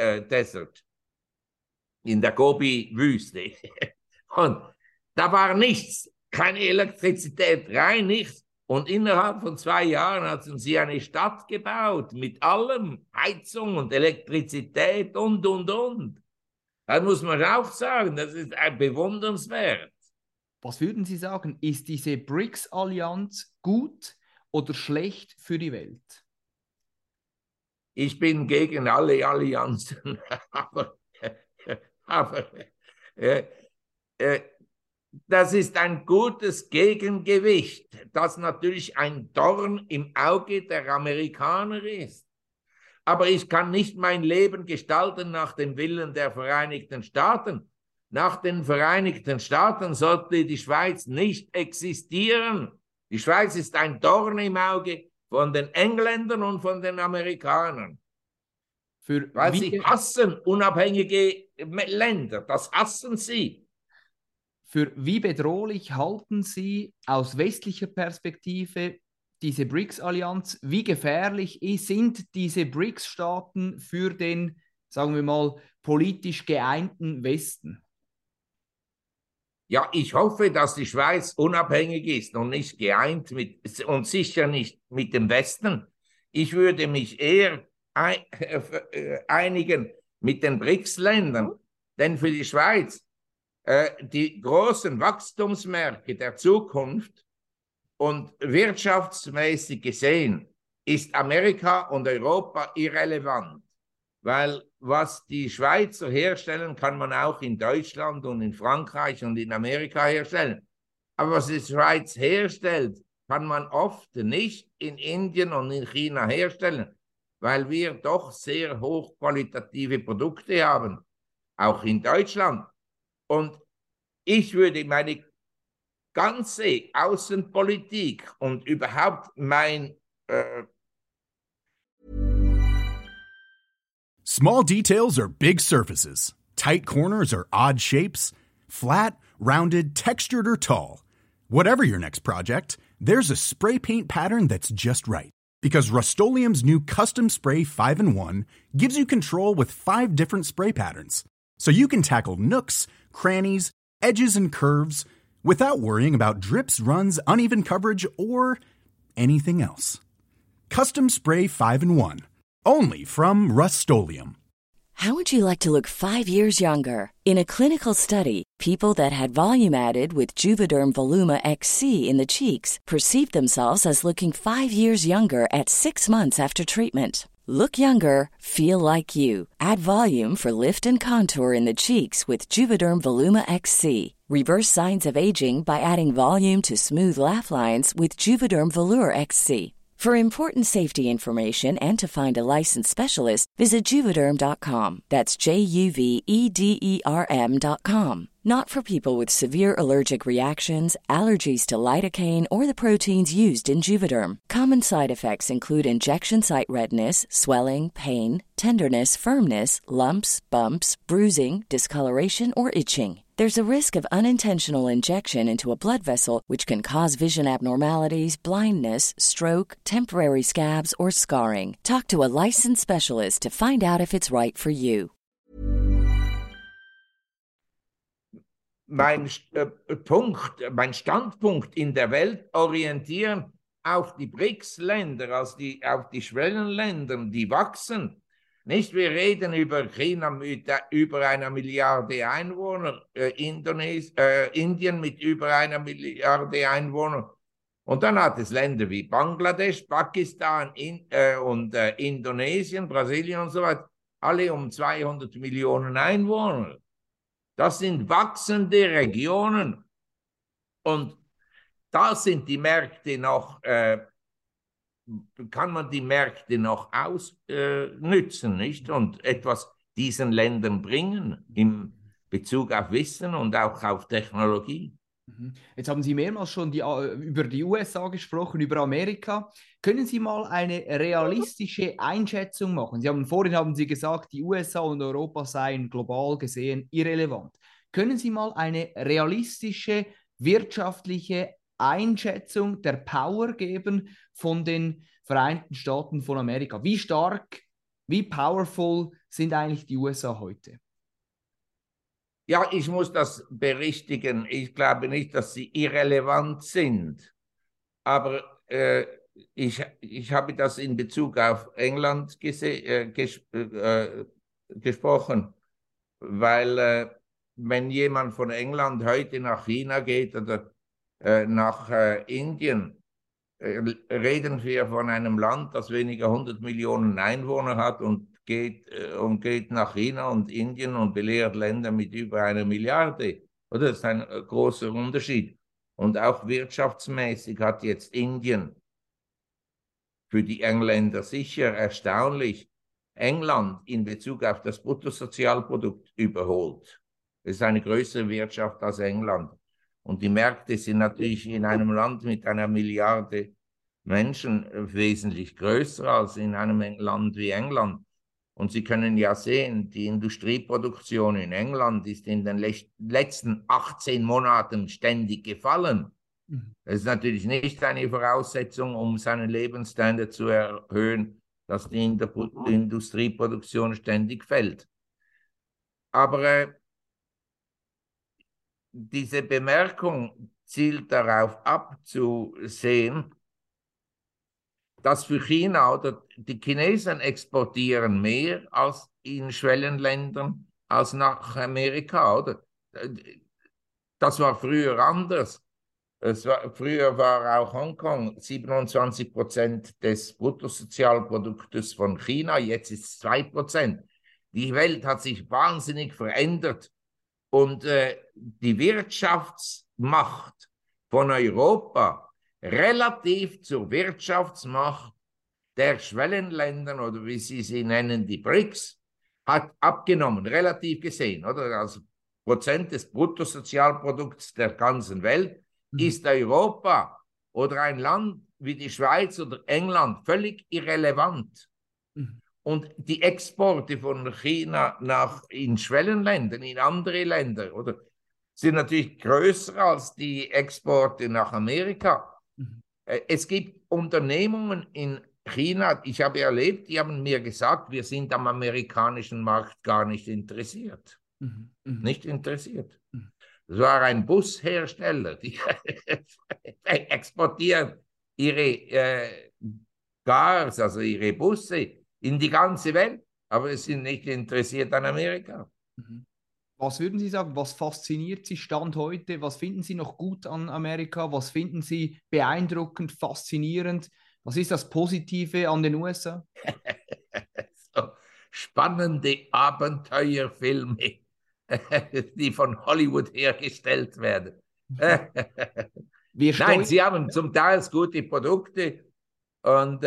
in der Gobi-Wüste. Und da war nichts, keine Elektrizität, rein nichts. Und innerhalb von 2 Jahren hatten sie eine Stadt gebaut mit allem, Heizung und Elektrizität und. Das muss man auch sagen, das ist bewundernswert. Was würden Sie sagen, ist diese BRICS-Allianz gut oder schlecht für die Welt? Ich bin gegen alle Allianzen, aber das ist ein gutes Gegengewicht, das natürlich ein Dorn im Auge der Amerikaner ist. Aber ich kann nicht mein Leben gestalten nach dem Willen der Vereinigten Staaten. Nach den Vereinigten Staaten sollte die Schweiz nicht existieren. Die Schweiz ist ein Dorn im Auge von den Engländern und von den Amerikanern. Weil sie hassen unabhängige Länder, das hassen sie. Für wie bedrohlich halten Sie aus westlicher Perspektive diese BRICS-Allianz? Wie gefährlich sind diese BRICS-Staaten für den, sagen wir mal, politisch geeinten Westen? Ja, ich hoffe, dass die Schweiz unabhängig ist und nicht geeint und sicher nicht mit dem Westen. Ich würde mich eher einigen mit den BRICS-Ländern, denn für die Schweiz die großen Wachstumsmärkte der Zukunft und wirtschaftsmäßig gesehen ist Amerika und Europa irrelevant, weil was die Schweizer herstellen, kann man auch in Deutschland und in Frankreich und in Amerika herstellen. Aber was die Schweiz herstellt, kann man oft nicht in Indien und in China herstellen, weil wir doch sehr hochqualitative Produkte haben, auch in Deutschland. Und ich würde meine ganze Außenpolitik und überhaupt mein Small details are big surfaces. Tight corners are odd shapes. Flat, rounded, textured, or tall. Whatever your next project, there's a spray paint pattern that's just right. Because Rust-Oleum's new Custom Spray 5-in-1 gives you control with 5 different spray patterns. So you can tackle nooks, crannies, edges, and curves without worrying about drips, runs, uneven coverage, or anything else. Custom Spray 5-in-1. Only from Rust-Oleum. How would you like to look 5 years younger? In a clinical study, people that had volume added with Juvederm Voluma XC in the cheeks perceived themselves as looking 5 years younger at 6 months after treatment. Look younger, feel like you. Add volume for lift and contour in the cheeks with Juvederm Voluma XC. Reverse signs of aging by adding volume to smooth laugh lines with Juvederm Volure XC. For important safety information and to find a licensed specialist, visit Juvederm.com. That's JUVEDERM.com. Not for people with severe allergic reactions, allergies to lidocaine, or the proteins used in Juvederm. Common side effects include injection site redness, swelling, pain, tenderness, firmness, lumps, bumps, bruising, discoloration, or itching. There's a risk of unintentional injection into a blood vessel, which can cause vision abnormalities, blindness, stroke, temporary scabs, or scarring. Talk to a licensed specialist to find out if it's right for you. Mein Standpunkt in der Welt orientieren auf die BRICS-Länder, auf die Schwellenländer, die wachsen. Nicht, wir reden über China mit über 1 Milliarde Einwohner, Indien mit über 1 Milliarde Einwohner. Und dann hat es Länder wie Bangladesch, Pakistan Indonesien, Brasilien und so weiter, alle um 200 Millionen Einwohner. Das sind wachsende Regionen. Und da sind die Märkte noch kann man die Märkte noch ausnützen, nicht? Und etwas diesen Ländern bringen im Bezug auf Wissen und auch auf Technologie. Jetzt haben Sie mehrmals schon über die USA gesprochen, über Amerika. Können Sie mal eine realistische Einschätzung machen? Vorhin haben Sie gesagt, die USA und Europa seien global gesehen irrelevant. Können Sie mal eine realistische wirtschaftliche Einschätzung der Power geben von den Vereinigten Staaten von Amerika? Wie stark, wie powerful sind eigentlich die USA heute? Ja, ich muss das berichtigen. Ich glaube nicht, dass sie irrelevant sind. Aber ich habe das in Bezug auf England gesprochen, weil wenn jemand von England heute nach China geht oder nach Indien, reden wir von einem Land, das weniger 100 Millionen Einwohner hat und geht nach China und Indien und belehrt Länder mit über 1 Milliarde. Oder? Das ist ein großer Unterschied. Und auch wirtschaftsmäßig hat jetzt Indien für die Engländer sicher erstaunlich England in Bezug auf das Bruttosozialprodukt überholt. Es ist eine größere Wirtschaft als England. Und die Märkte sind natürlich in einem Land mit 1 Milliarde Menschen wesentlich größer als in einem Land wie England. Und Sie können ja sehen, die Industrieproduktion in England ist in den letzten 18 Monaten ständig gefallen. Das ist natürlich nicht eine Voraussetzung, um seinen Lebensstandard zu erhöhen, dass die Industrieproduktion ständig fällt. Aber diese Bemerkung zielt darauf abzusehen, dass für China oder die Chinesen exportieren mehr als in Schwellenländern als nach Amerika, oder? Das war früher anders. Früher war auch Hongkong 27% des Bruttosozialproduktes von China, jetzt ist es 2%. Die Welt hat sich wahnsinnig verändert und die Wirtschaftsmacht von Europa relativ zur Wirtschaftsmacht der Schwellenländer oder wie sie nennen, die BRICS, hat abgenommen, relativ gesehen, oder? Also Prozent des Bruttosozialprodukts der ganzen Welt ist Europa oder ein Land wie die Schweiz oder England völlig irrelevant. Und die Exporte von China in Schwellenländern, in andere Länder, oder, sind natürlich größer als die Exporte nach Amerika. Es gibt Unternehmungen in China, ich habe erlebt, die haben mir gesagt, wir sind am amerikanischen Markt gar nicht interessiert. Nicht interessiert. Das war ein Bushersteller, die exportieren ihre Cars, also ihre Busse in die ganze Welt, aber es sind nicht interessiert an Amerika. Was würden Sie sagen, was fasziniert Sie Stand heute? Was finden Sie noch gut an Amerika? Was finden Sie beeindruckend, faszinierend? Was ist das Positive an den USA? So, spannende Abenteuerfilme, die von Hollywood hergestellt werden. Nein, sie haben zum Teil gute Produkte und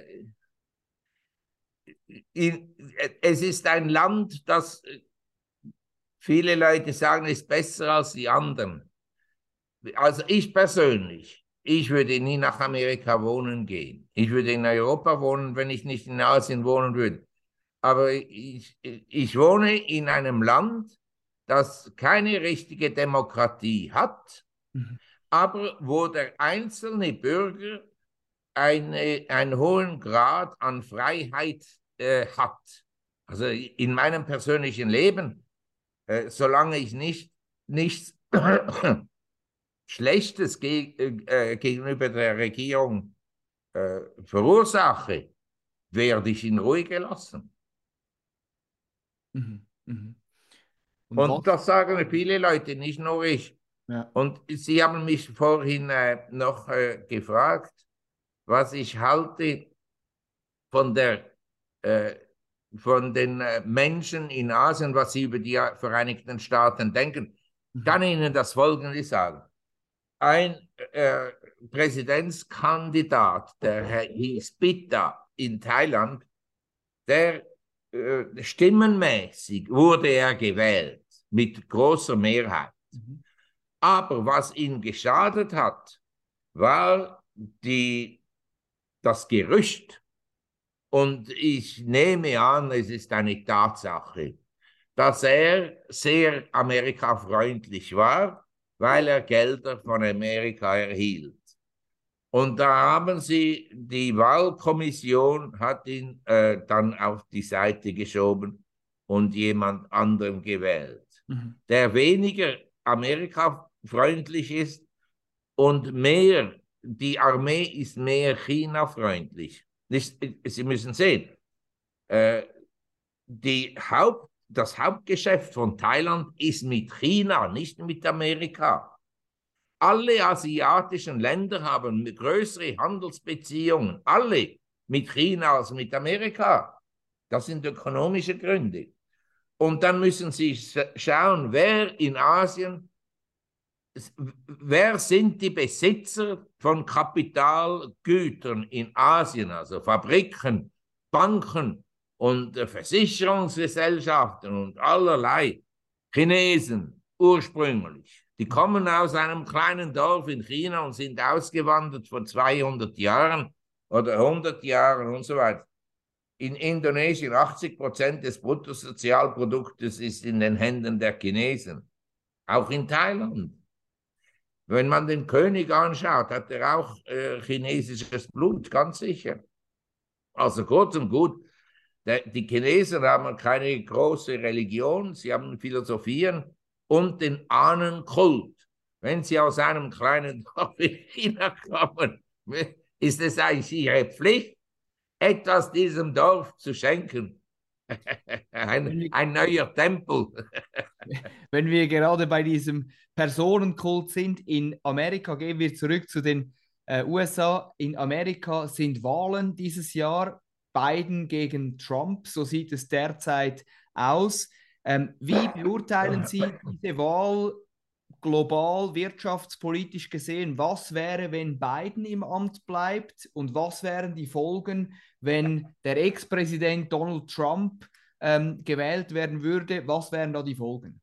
es ist ein Land, das viele Leute sagen, ist besser als die anderen. Also ich persönlich, ich würde nie nach Amerika wohnen gehen. Ich würde in Europa wohnen, wenn ich nicht in Asien wohnen würde. Aber ich wohne in einem Land, das keine richtige Demokratie hat, aber wo der einzelne Bürger einen hohen Grad an Freiheit hat. Also in meinem persönlichen Leben, solange ich nichts Schlechtes gegenüber der Regierung verursache, werde ich in Ruhe gelassen. Und das sagen viele Leute, nicht nur ich. Ja. Und Sie haben mich vorhin noch gefragt, was ich halte von den Menschen in Asien, was sie über die Vereinigten Staaten denken. Ich kann Ihnen das Folgende sagen. Ein Präsidentskandidat, der hieß Pitta in Thailand, der stimmenmäßig wurde er gewählt mit großer Mehrheit. Aber was ihm geschadet hat, war das Gerücht, und ich nehme an, es ist eine Tatsache, dass er sehr amerikafreundlich war, weil er Gelder von Amerika erhielt. Und da haben die Wahlkommission hat ihn dann auf die Seite geschoben und jemand anderen gewählt, der weniger amerikafreundlich ist und die Armee ist mehr China-freundlich. Sie müssen sehen, das Hauptgeschäft von Thailand ist mit China, nicht mit Amerika. Alle asiatischen Länder haben größere Handelsbeziehungen, alle mit China als mit Amerika. Das sind ökonomische Gründe. Und dann müssen Sie schauen, wer sind die Besitzer von Kapitalgütern in Asien, also Fabriken, Banken und Versicherungsgesellschaften und allerlei. Chinesen ursprünglich. Die kommen aus einem kleinen Dorf in China und sind ausgewandert vor 200 Jahren oder 100 Jahren und so weiter. In Indonesien 80% des Bruttosozialproduktes ist in den Händen der Chinesen. Auch in Thailand. Wenn man den König anschaut, hat er auch chinesisches Blut, ganz sicher. Also kurz und gut, die Chinesen haben keine große Religion, sie haben Philosophien und den Ahnenkult. Wenn sie aus einem kleinen Dorf in China kommen, ist es eigentlich ihre Pflicht, etwas diesem Dorf zu schenken. ein neuer Tempel. Wenn wir gerade bei diesem Personenkult sind, in Amerika gehen wir zurück zu den USA. In Amerika sind Wahlen dieses Jahr, Biden gegen Trump, so sieht es derzeit aus. Wie beurteilen Sie diese Wahl global wirtschaftspolitisch gesehen? Was wäre, wenn Biden im Amt bleibt und was wären die Folgen, wenn der Ex-Präsident Donald Trump gewählt werden würde? Was wären da die Folgen?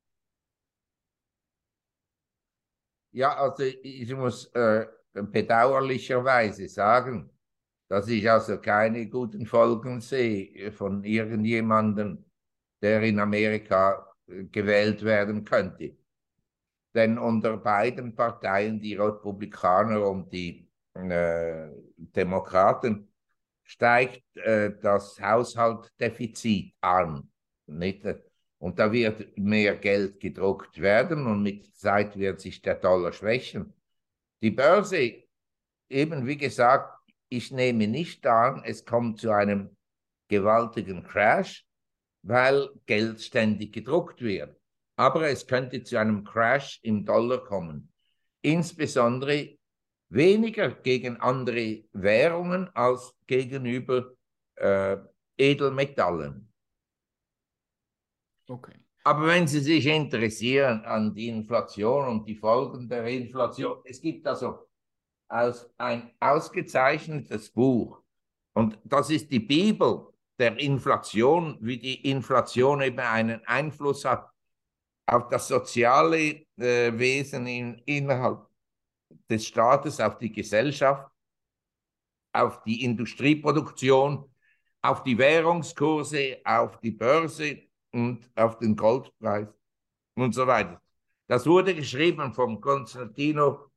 Ja, also ich muss bedauerlicherweise sagen, dass ich also keine guten Folgen sehe von irgendjemandem, der in Amerika gewählt werden könnte. Denn unter beiden Parteien, die Republikaner und die Demokraten, steigt das Haushaltsdefizit an. Nicht? Und da wird mehr Geld gedruckt werden und mit der Zeit wird sich der Dollar schwächen. Die Börse, eben wie gesagt, ich nehme nicht an, es kommt zu einem gewaltigen Crash, weil Geld ständig gedruckt wird. Aber es könnte zu einem Crash im Dollar kommen. Insbesondere weniger gegen andere Währungen als gegenüber Edelmetallen. Okay. Aber wenn Sie sich interessieren an die Inflation und die Folgen der Inflation, es gibt also ein ausgezeichnetes Buch und das ist die Bibel der Inflation, wie die Inflation eben einen Einfluss hat auf das soziale Wesen innerhalb des Staates, auf die Gesellschaft, auf die Industrieproduktion, auf die Währungskurse, auf die Börse und auf den Goldpreis und so weiter. Das wurde geschrieben von Constantino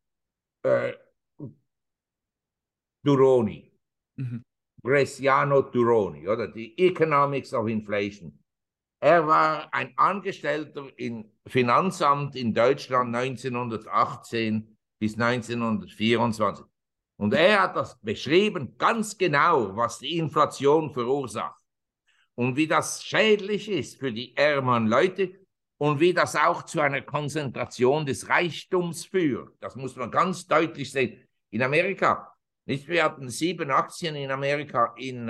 Turoni, Bresciano Turoni, oder die Economics of Inflation. Er war ein Angestellter im Finanzamt in Deutschland 1918 bis 1924. Und er hat das beschrieben, ganz genau, was die Inflation verursacht und wie das schädlich ist für die ärmeren Leute und wie das auch zu einer Konzentration des Reichtums führt. Das muss man ganz deutlich sehen. In Amerika, nicht? Wir hatten 7 Aktien in Amerika in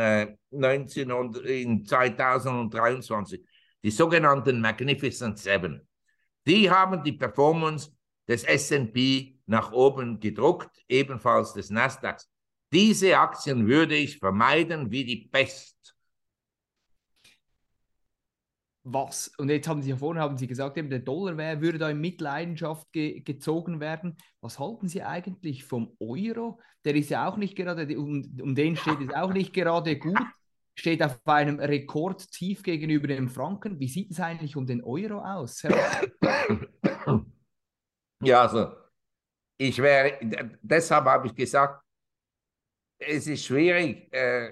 2023, die sogenannten Magnificent Seven. Die haben die Performance des S&P nach oben gedruckt, ebenfalls des Nasdaqs. Diese Aktien würde ich vermeiden wie die Pest. Was? Und jetzt haben Sie ja vorhin haben Sie gesagt, eben der Dollar würde da in Mitleidenschaft gezogen werden. Was halten Sie eigentlich vom Euro? Der ist ja auch nicht gerade, um den steht es auch nicht gerade gut. Steht auf einem Rekordtief gegenüber dem Franken. Wie sieht es eigentlich um den Euro aus? Ja, also deshalb habe ich gesagt, es ist schwierig,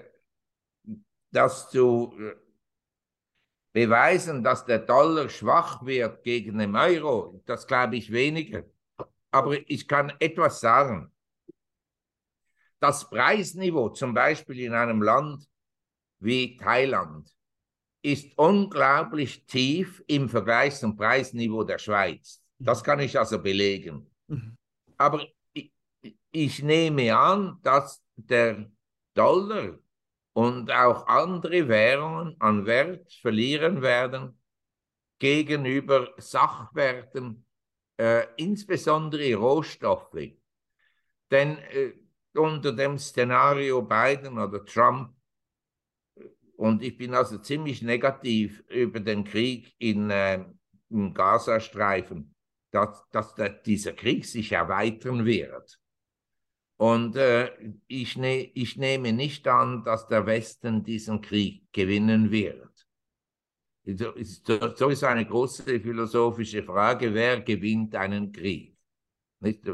das zu beweisen, dass der Dollar schwach wird gegen den Euro. Das glaube ich weniger. Aber ich kann etwas sagen. Das Preisniveau, zum Beispiel in einem Land wie Thailand, ist unglaublich tief im Vergleich zum Preisniveau der Schweiz. Das kann ich also belegen. Aber ich nehme an, dass der Dollar und auch andere Währungen an Wert verlieren werden gegenüber Sachwerten, insbesondere Rohstoffe. Denn unter dem Szenario Biden oder Trump, und ich bin also ziemlich negativ über den Krieg im Gazastreifen, dass dieser Krieg sich erweitern wird. Und ich nehme nicht an, dass der Westen diesen Krieg gewinnen wird. So ist eine große philosophische Frage, wer gewinnt einen Krieg? Nicht?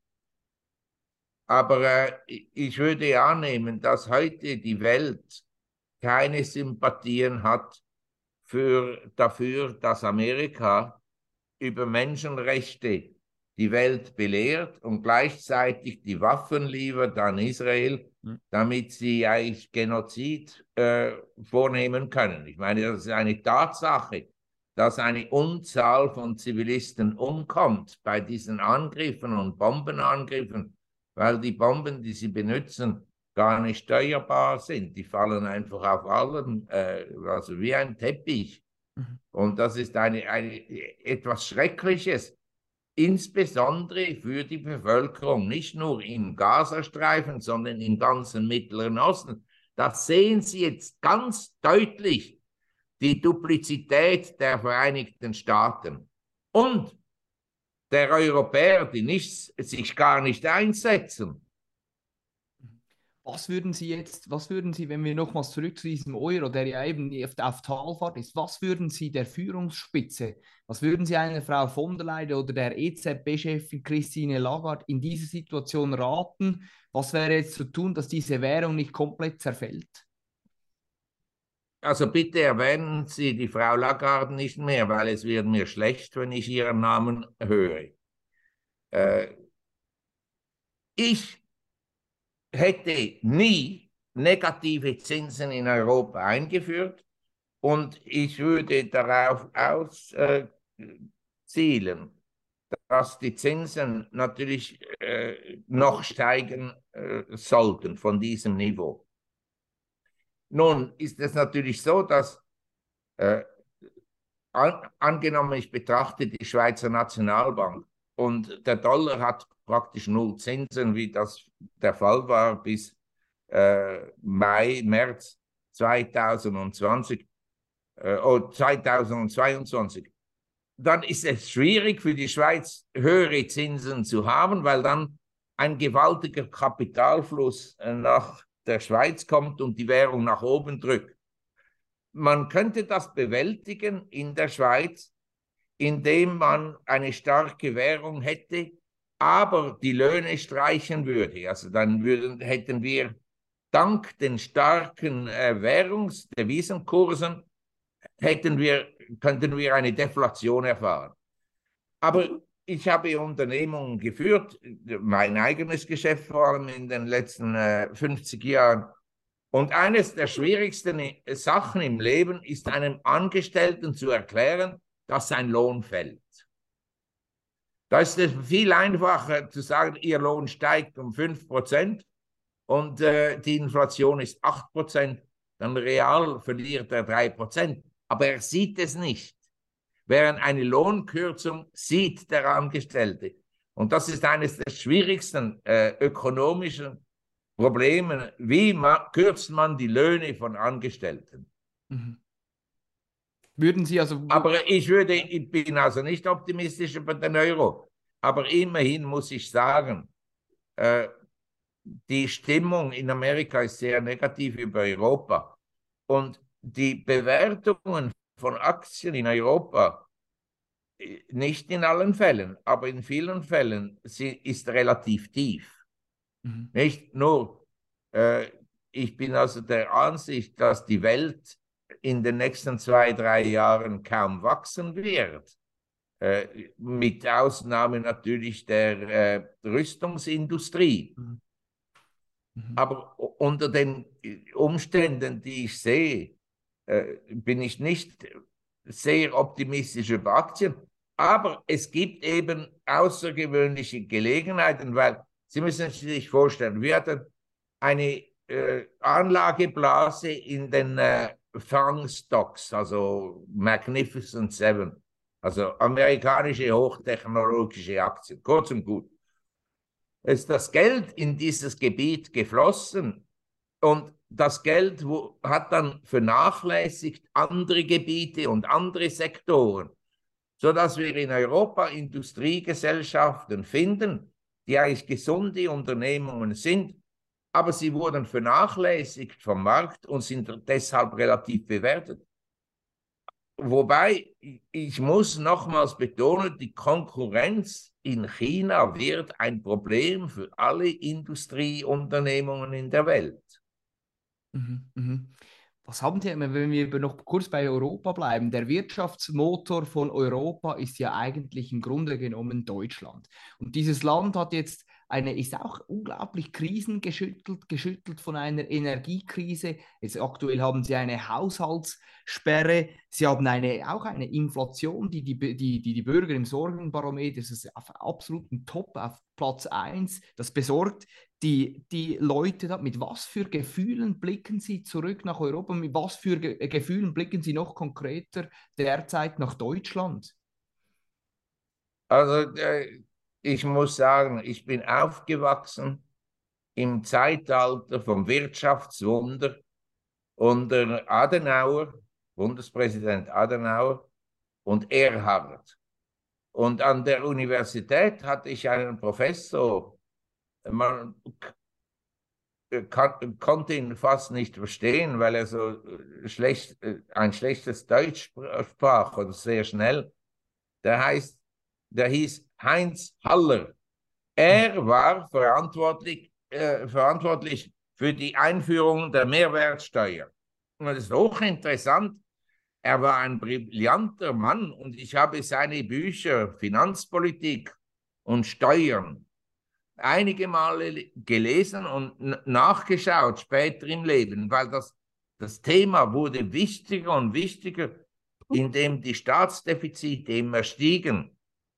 Aber ich würde annehmen, dass heute die Welt keine Sympathien hat dafür, dass Amerika über Menschenrechte die Welt belehrt und gleichzeitig die Waffen liefert an Israel, damit sie eigentlich Genozid vornehmen können. Ich meine, das ist eine Tatsache, dass eine Unzahl von Zivilisten umkommt bei diesen Angriffen und Bombenangriffen, weil die Bomben, die sie benutzen, gar nicht steuerbar sind. Die fallen einfach auf allen, also wie ein Teppich. Und das ist etwas Schreckliches, insbesondere für die Bevölkerung, nicht nur im Gazastreifen, sondern im ganzen Mittleren Osten. Das sehen Sie jetzt ganz deutlich, die Duplizität der Vereinigten Staaten und der Europäer, die sich gar nicht einsetzen. Was würden Sie, wenn wir nochmals zurück zu diesem Euro, der ja eben auf Talfahrt ist, was würden Sie der Führungsspitze, was würden Sie einer Frau von der Leyen oder der EZB-Chefin Christine Lagarde in dieser Situation raten? Was wäre jetzt zu tun, dass diese Währung nicht komplett zerfällt? Also bitte erwähnen Sie die Frau Lagarde nicht mehr, weil es wird mir schlecht, wenn ich ihren Namen höre. Ich hätte nie negative Zinsen in Europa eingeführt und ich würde darauf auszielen, dass die Zinsen natürlich noch steigen sollten von diesem Niveau. Nun ist es natürlich so, dass angenommen, ich betrachte die Schweizer Nationalbank und der Dollar hat praktisch null Zinsen, wie das der Fall war bis März 2020 oder 2022. Dann ist es schwierig für die Schweiz, höhere Zinsen zu haben, weil dann ein gewaltiger Kapitalfluss nach der Schweiz kommt und die Währung nach oben drückt. Man könnte das bewältigen in der Schweiz, indem man eine starke Währung hätte, aber die Löhne streichen würde. Also dann hätten wir dank den starken Devisenkursen könnten wir eine Deflation erfahren. Aber ich habe Unternehmungen geführt, mein eigenes Geschäft vor allem in den letzten 50 Jahren. Und eines der schwierigsten Sachen im Leben ist einem Angestellten zu erklären, dass sein Lohn fällt. Da ist es viel einfacher zu sagen, Ihr Lohn steigt um 5% und die Inflation ist 8%, dann real verliert er 3%. Aber er sieht es nicht. Während eine Lohnkürzung sieht der Angestellte. Und das ist eines der schwierigsten ökonomischen Probleme. Wie kürzt man die Löhne von Angestellten? Mhm. Würden Sie also... Aber ich bin also nicht optimistisch über den Euro. Aber immerhin muss ich sagen, die Stimmung in Amerika ist sehr negativ über Europa. Und die Bewertungen von Aktien in Europa, nicht in allen Fällen, aber in vielen Fällen, ist relativ tief. Mhm. Nicht nur, ich bin also der Ansicht, dass die Welt in den nächsten 2-3 Jahren kaum wachsen wird. Mit Ausnahme natürlich der Rüstungsindustrie. Mhm. Aber unter den Umständen, die ich sehe, bin ich nicht sehr optimistisch über Aktien. Aber es gibt eben außergewöhnliche Gelegenheiten, weil Sie müssen sich vorstellen, wir hatten eine Anlageblase in den FANG-Stocks, also Magnificent Seven, also amerikanische hochtechnologische Aktien, kurz und gut. Ist das Geld in dieses Gebiet geflossen und das Geld hat dann vernachlässigt andere Gebiete und andere Sektoren, sodass wir in Europa Industriegesellschaften finden, die eigentlich gesunde Unternehmungen sind, aber sie wurden vernachlässigt vom Markt und sind deshalb relativ bewertet. Wobei, ich muss nochmals betonen, die Konkurrenz in China wird ein Problem für alle Industrieunternehmungen in der Welt. Was haben Sie, wenn wir noch kurz bei Europa bleiben? Der Wirtschaftsmotor von Europa ist ja eigentlich im Grunde genommen Deutschland. Und dieses Land hat jetzt ist auch unglaublich geschüttelt von einer Energiekrise. Jetzt aktuell haben sie eine Haushaltssperre. Sie haben auch eine Inflation, die Bürger im Sorgenbarometer, das ist auf absoluten Top, auf Platz 1. Das besorgt die Leute da. Mit was für Gefühlen blicken sie zurück nach Europa? Mit was für Gefühlen blicken sie noch konkreter derzeit nach Deutschland? Also ich muss sagen, ich bin aufgewachsen im Zeitalter vom Wirtschaftswunder unter Adenauer, Bundespräsident Adenauer und Erhard. Und an der Universität hatte ich einen Professor, man konnte ihn fast nicht verstehen, weil er so ein schlechtes Deutsch sprach und sehr schnell. Der hieß Heinz Haller. Er war verantwortlich für die Einführung der Mehrwertsteuer. Und das ist hochinteressant. Er war ein brillanter Mann und ich habe seine Bücher Finanzpolitik und Steuern einige Male gelesen und nachgeschaut später im Leben, weil das Thema wurde wichtiger und wichtiger, indem die Staatsdefizite immer stiegen.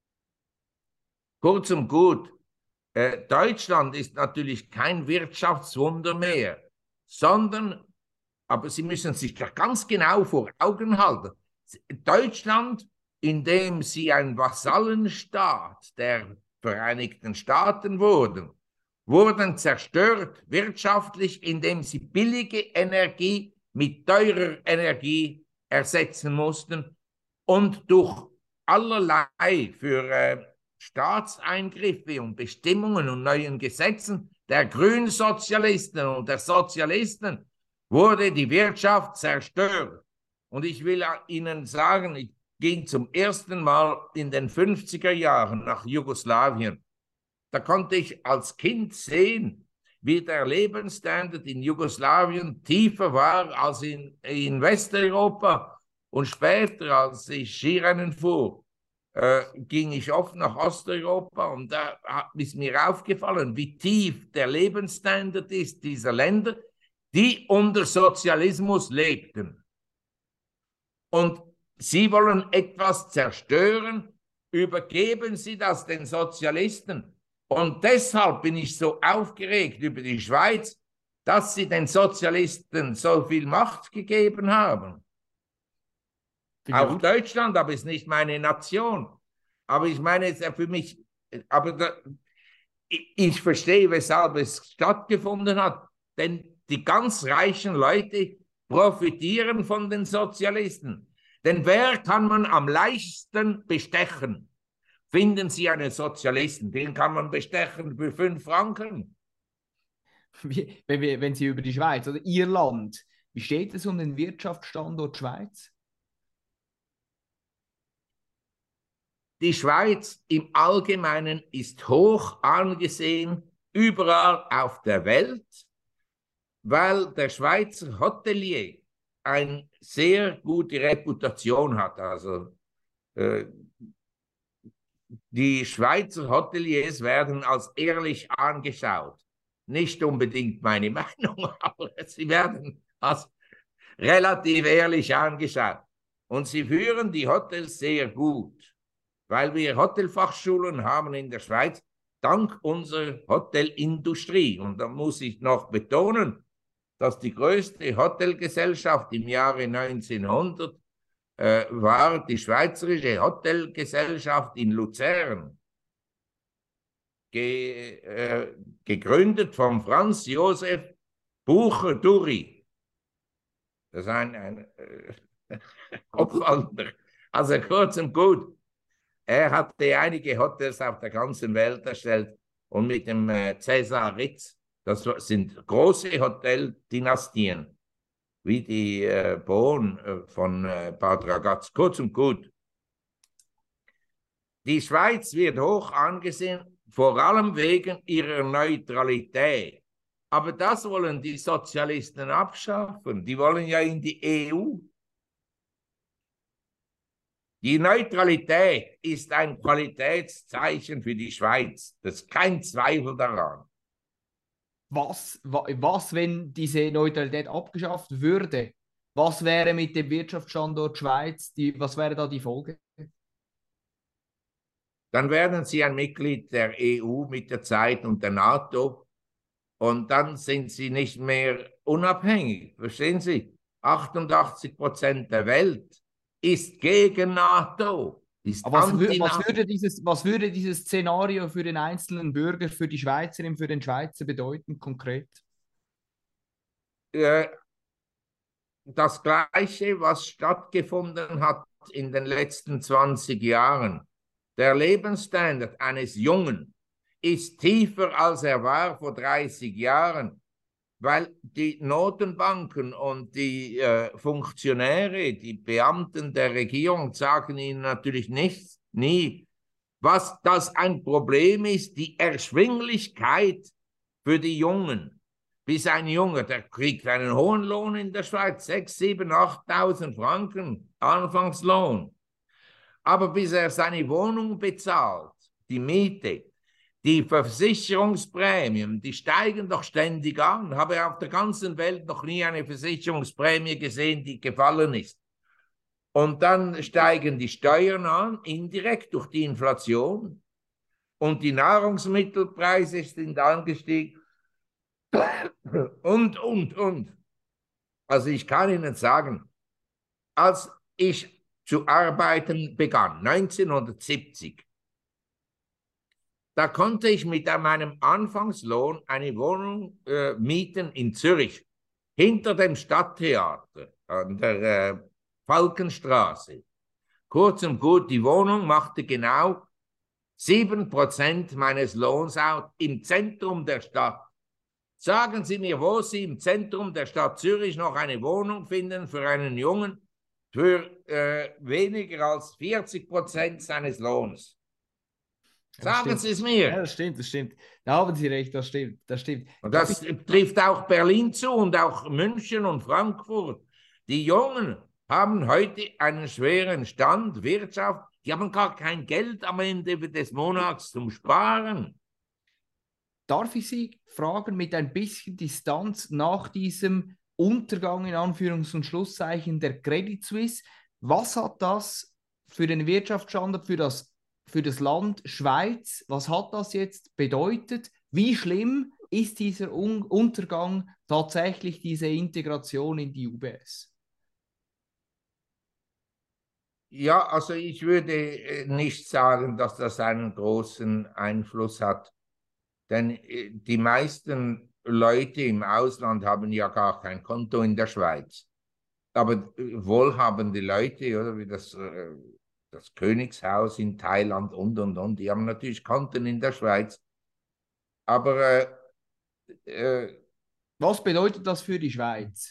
Kurz und gut, Deutschland ist natürlich kein Wirtschaftswunder mehr, sondern, aber Sie müssen sich da ganz genau vor Augen halten, Deutschland, indem sie ein Vasallenstaat der Vereinigten Staaten wurden zerstört wirtschaftlich, indem sie billige Energie mit teurer Energie ersetzen mussten und durch allerlei für Staatseingriffe und Bestimmungen und neuen Gesetzen der Grünsozialisten und der Sozialisten wurde die Wirtschaft zerstört. Und ich will Ihnen sagen, ich ging zum ersten Mal in den 50er Jahren nach Jugoslawien. Da konnte ich als Kind sehen, wie der Lebensstandard in Jugoslawien tiefer war als in Westeuropa. Und später, als ich Skirennen fuhr, ging ich oft nach Osteuropa und da ist mir aufgefallen, wie tief der Lebensstandard ist dieser Länder, die unter Sozialismus lebten. Und Sie wollen etwas zerstören, übergeben Sie das den Sozialisten. Und deshalb bin ich so aufgeregt über die Schweiz, dass sie den Sozialisten so viel Macht gegeben haben. Auch Deutschland, aber ist nicht meine Nation. Aber ich meine, es ist für mich, ich verstehe, weshalb es stattgefunden hat. Denn die ganz reichen Leute profitieren von den Sozialisten. Denn wer kann man am leichtesten bestechen? Finden Sie einen Sozialisten, den kann man bestechen für 5 Franken. Wenn Sie über die Schweiz oder Ihr Land, wie steht es um den Wirtschaftsstandort Schweiz? Die Schweiz im Allgemeinen ist hoch angesehen, überall auf der Welt, weil der Schweizer Hotelier eine sehr gute Reputation hat. Also die Schweizer Hoteliers werden als ehrlich angeschaut. Nicht unbedingt meine Meinung, aber sie werden als relativ ehrlich angeschaut. Und sie führen die Hotels sehr gut, weil wir Hotelfachschulen haben in der Schweiz, dank unserer Hotelindustrie. Und da muss ich noch betonen, dass die größte Hotelgesellschaft im Jahre 1900 war die Schweizerische Hotelgesellschaft in Luzern, gegründet von Franz Josef Bucher-Dury. Das ist ein Kopfhalter. Also kurz und gut, er hatte einige Hotels auf der ganzen Welt erstellt und mit dem Cäsar Ritz, das sind große Hoteldynastien, wie die Bohn von Bad Ragaz. Kurz und gut. Die Schweiz wird hoch angesehen, vor allem wegen ihrer Neutralität. Aber das wollen die Sozialisten abschaffen. Die wollen ja in die EU. Die Neutralität ist ein Qualitätszeichen für die Schweiz. Das ist kein Zweifel daran. Was, wenn diese Neutralität abgeschafft würde? Was wäre mit dem Wirtschaftsstandort Schweiz? Was wäre da die Folge? Dann werden sie ein Mitglied der EU mit der Zeit und der NATO und dann sind sie nicht mehr unabhängig. Verstehen Sie? 88% der Welt ist gegen NATO. Aber was würde dieses Szenario für den einzelnen Bürger, für die Schweizerin, für den Schweizer bedeuten konkret? Das Gleiche, was stattgefunden hat in den letzten 20 Jahren. Der Lebensstandard eines Jungen ist tiefer, als er war vor 30 Jahren, weil die Notenbanken und die Funktionäre, die Beamten der Regierung sagen ihnen natürlich nie, was das ein Problem ist, die Erschwinglichkeit für die Jungen. Bis ein Junge, der kriegt einen hohen Lohn in der Schweiz, 6.000, 7.000, 8.000 Franken Anfangslohn. Aber bis er seine Wohnung bezahlt, die Miete, die Versicherungsprämien, die steigen doch ständig an. Habe auf der ganzen Welt noch nie eine Versicherungsprämie gesehen, die gefallen ist. Und dann steigen die Steuern an, indirekt durch die Inflation. Und die Nahrungsmittelpreise sind angestiegen. Und. Also ich kann Ihnen sagen, als ich zu arbeiten begann, 1970, da konnte ich mit meinem Anfangslohn eine Wohnung mieten in Zürich, hinter dem Stadttheater an der Falkenstraße. Kurz und gut, die Wohnung machte genau 7% meines Lohns aus im Zentrum der Stadt. Sagen Sie mir, wo Sie im Zentrum der Stadt Zürich noch eine Wohnung finden für einen Jungen für weniger als 40% seines Lohns. Sagen Sie es mir. Ja, das stimmt. Da haben Sie recht, das stimmt. Und das trifft auch Berlin zu und auch München und Frankfurt. Die Jungen haben heute einen schweren Stand, Wirtschaft. Die haben gar kein Geld am Ende des Monats zum Sparen. Darf ich Sie fragen, mit ein bisschen Distanz nach diesem Untergang in Anführungs- und Schlusszeichen der Credit Suisse, was hat das für den Wirtschaftsstandard, für das Land Schweiz, was hat das jetzt bedeutet? Wie schlimm ist dieser Untergang tatsächlich, diese Integration in die UBS? Ja, also ich würde nicht sagen, dass das einen großen Einfluss hat, denn die meisten Leute im Ausland haben ja gar kein Konto in der Schweiz. Aber wohlhabende Leute, oder wie das Königshaus in Thailand und, die haben natürlich Konten in der Schweiz. Aber was bedeutet das für die Schweiz?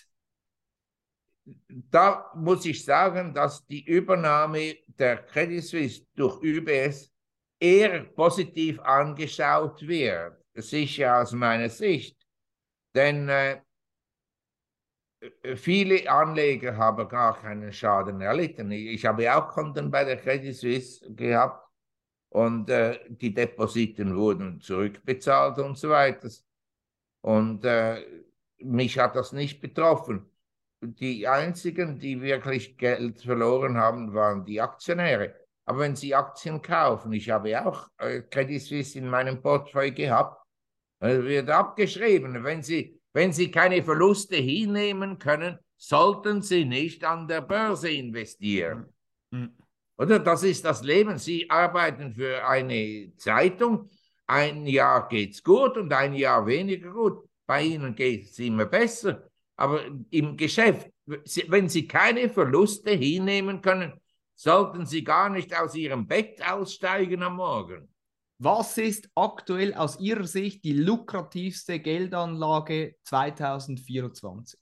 Da muss ich sagen, dass die Übernahme der Credit Suisse durch UBS eher positiv angeschaut wird, sicher aus meiner Sicht. Denn viele Anleger haben gar keinen Schaden erlitten. Ich habe auch Konten bei der Credit Suisse gehabt und die Depositen wurden zurückbezahlt und so weiter. Und mich hat das nicht betroffen. Die einzigen, die wirklich Geld verloren haben, waren die Aktionäre. Aber wenn Sie Aktien kaufen, ich habe auch Credit Suisse in meinem Portfolio gehabt, wird abgeschrieben. Wenn Sie keine Verluste hinnehmen können, sollten Sie nicht an der Börse investieren. Oder? Das ist das Leben. Sie arbeiten für eine Zeitung. Ein Jahr geht es gut und ein Jahr weniger gut. Bei Ihnen geht es immer besser. Aber im Geschäft, wenn Sie keine Verluste hinnehmen können, sollten Sie gar nicht aus Ihrem Bett aussteigen am Morgen. Was ist aktuell aus Ihrer Sicht die lukrativste Geldanlage 2024?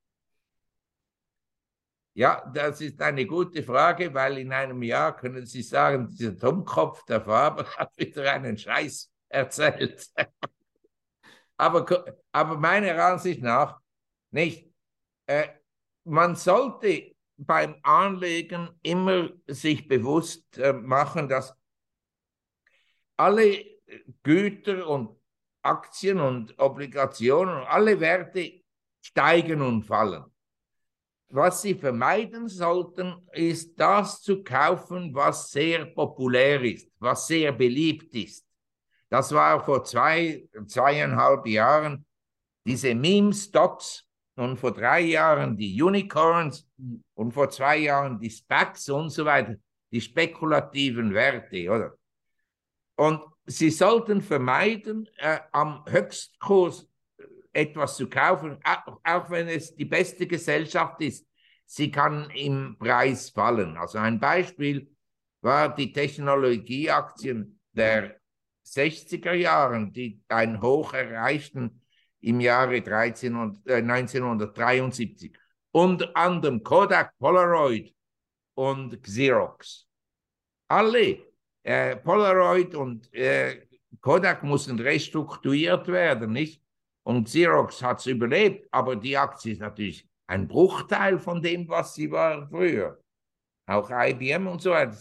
Ja, das ist eine gute Frage, weil in einem Jahr können Sie sagen, dieser Dummkopf der Faber hat wieder einen Scheiß erzählt. aber meiner Ansicht nach nicht. Man sollte beim Anlegen immer sich bewusst machen, dass alle Güter und Aktien und Obligationen, alle Werte steigen und fallen. Was Sie vermeiden sollten, ist das zu kaufen, was sehr populär ist, was sehr beliebt ist. Das war vor 2,5 Jahren diese Meme-Stocks und vor 3 Jahren die Unicorns und vor 2 Jahren die SPACs und so weiter, die spekulativen Werte, oder? Und Sie sollten vermeiden, am Höchstkurs etwas zu kaufen, auch wenn es die beste Gesellschaft ist. Sie kann im Preis fallen. Also ein Beispiel war die Technologieaktien der 60er Jahren, die ein Hoch erreichten im Jahre 1973. Unter anderem Kodak, Polaroid und Xerox. Alle, Polaroid und Kodak mussten restrukturiert werden, nicht? Und Xerox hat es überlebt, aber die Aktie ist natürlich ein Bruchteil von dem, was sie war früher. Auch IBM und so weiter.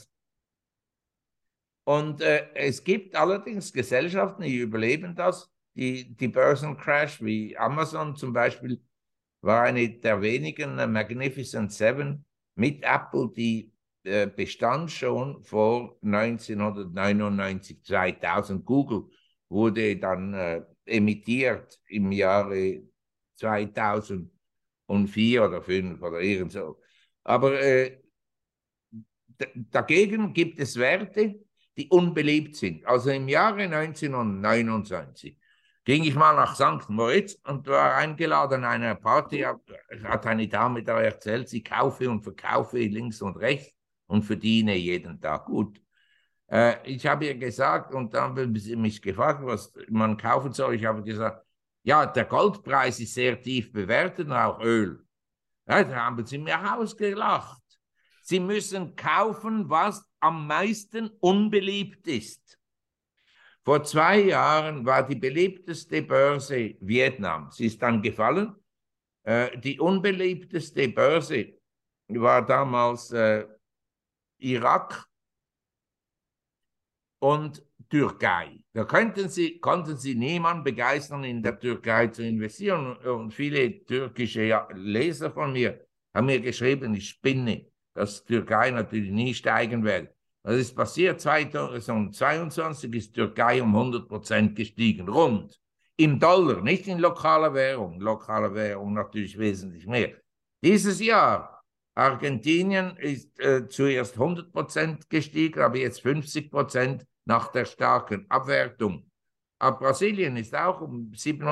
Und es gibt allerdings Gesellschaften, die überleben das. Die Börsencrash wie Amazon zum Beispiel war eine der wenigen Magnificent Seven mit Apple, die bestand schon vor 1999, 2000. Google wurde dann emittiert im Jahre 2004 oder 2005 oder irgend so. Aber dagegen gibt es Werte, die unbeliebt sind. Also im Jahre 1929 ging ich mal nach St. Moritz und war eingeladen an einer Party, hat eine Dame da erzählt, sie kaufe und verkaufe links und rechts und verdiene jeden Tag gut. Ich habe ihr gesagt, und dann haben sie mich gefragt, was man kaufen soll. Ich habe gesagt, ja, der Goldpreis ist sehr tief bewertet und auch Öl. Ja, da haben sie mir ausgelacht. Sie müssen kaufen, was am meisten unbeliebt ist. Vor 2 Jahren war die beliebteste Börse Vietnam. Sie ist dann gefallen. Die unbeliebteste Börse war damals Irak und Türkei. Da konnten sie niemanden begeistern, in der Türkei zu investieren. Und viele türkische Leser von mir haben mir geschrieben, ich spinne, dass Türkei natürlich nie steigen wird. Das ist passiert, 2022 ist Türkei um 100% gestiegen, rund. Im Dollar, nicht in lokaler Währung. Lokale Währung natürlich wesentlich mehr. Dieses Jahr, Argentinien ist zuerst 100% gestiegen, aber jetzt 50% nach der starken Abwertung. Aber Brasilien ist auch um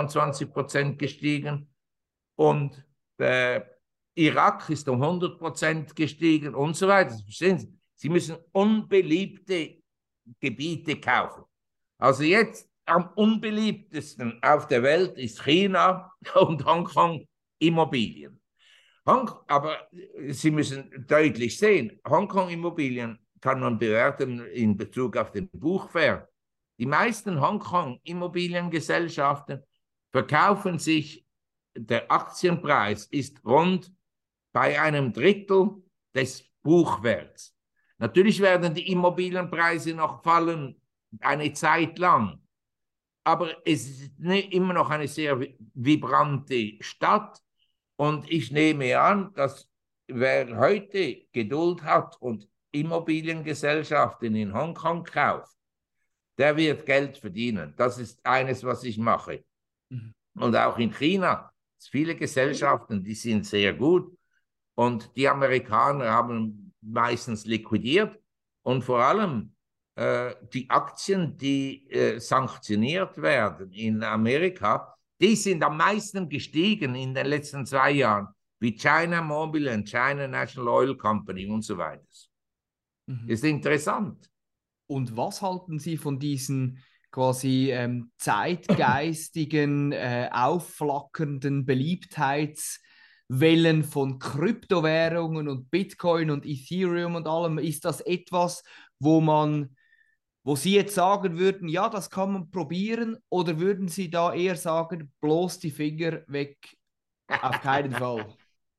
27% gestiegen und der Irak ist um 100% gestiegen und so weiter. Verstehen Sie? Sie müssen unbeliebte Gebiete kaufen. Also jetzt am unbeliebtesten auf der Welt ist China und Hongkong Immobilien. Aber Sie müssen deutlich sehen, Hongkong-Immobilien kann man bewerten in Bezug auf den Buchwert. Die meisten Hongkong-Immobiliengesellschaften verkaufen sich, der Aktienpreis ist rund bei einem Drittel des Buchwerts. Natürlich werden die Immobilienpreise noch fallen eine Zeit lang, aber es ist immer noch eine sehr vibrante Stadt. Und ich nehme an, dass wer heute Geduld hat und Immobiliengesellschaften in Hongkong kauft, der wird Geld verdienen. Das ist eines, was ich mache. Und auch in China, viele Gesellschaften, die sind sehr gut. Und die Amerikaner haben meistens liquidiert. Und vor allem die Aktien, die sanktioniert werden in Amerika, die sind am meisten gestiegen in den letzten 2 Jahren, wie China Mobile und China National Oil Company und so weiter. Ist interessant. Und was halten Sie von diesen quasi zeitgeistigen, aufflackernden Beliebtheitswellen von Kryptowährungen und Bitcoin und Ethereum und allem? Ist das etwas, wo man wo Sie jetzt sagen würden, ja, das kann man probieren, oder würden Sie da eher sagen, bloß die Finger weg, auf keinen Fall?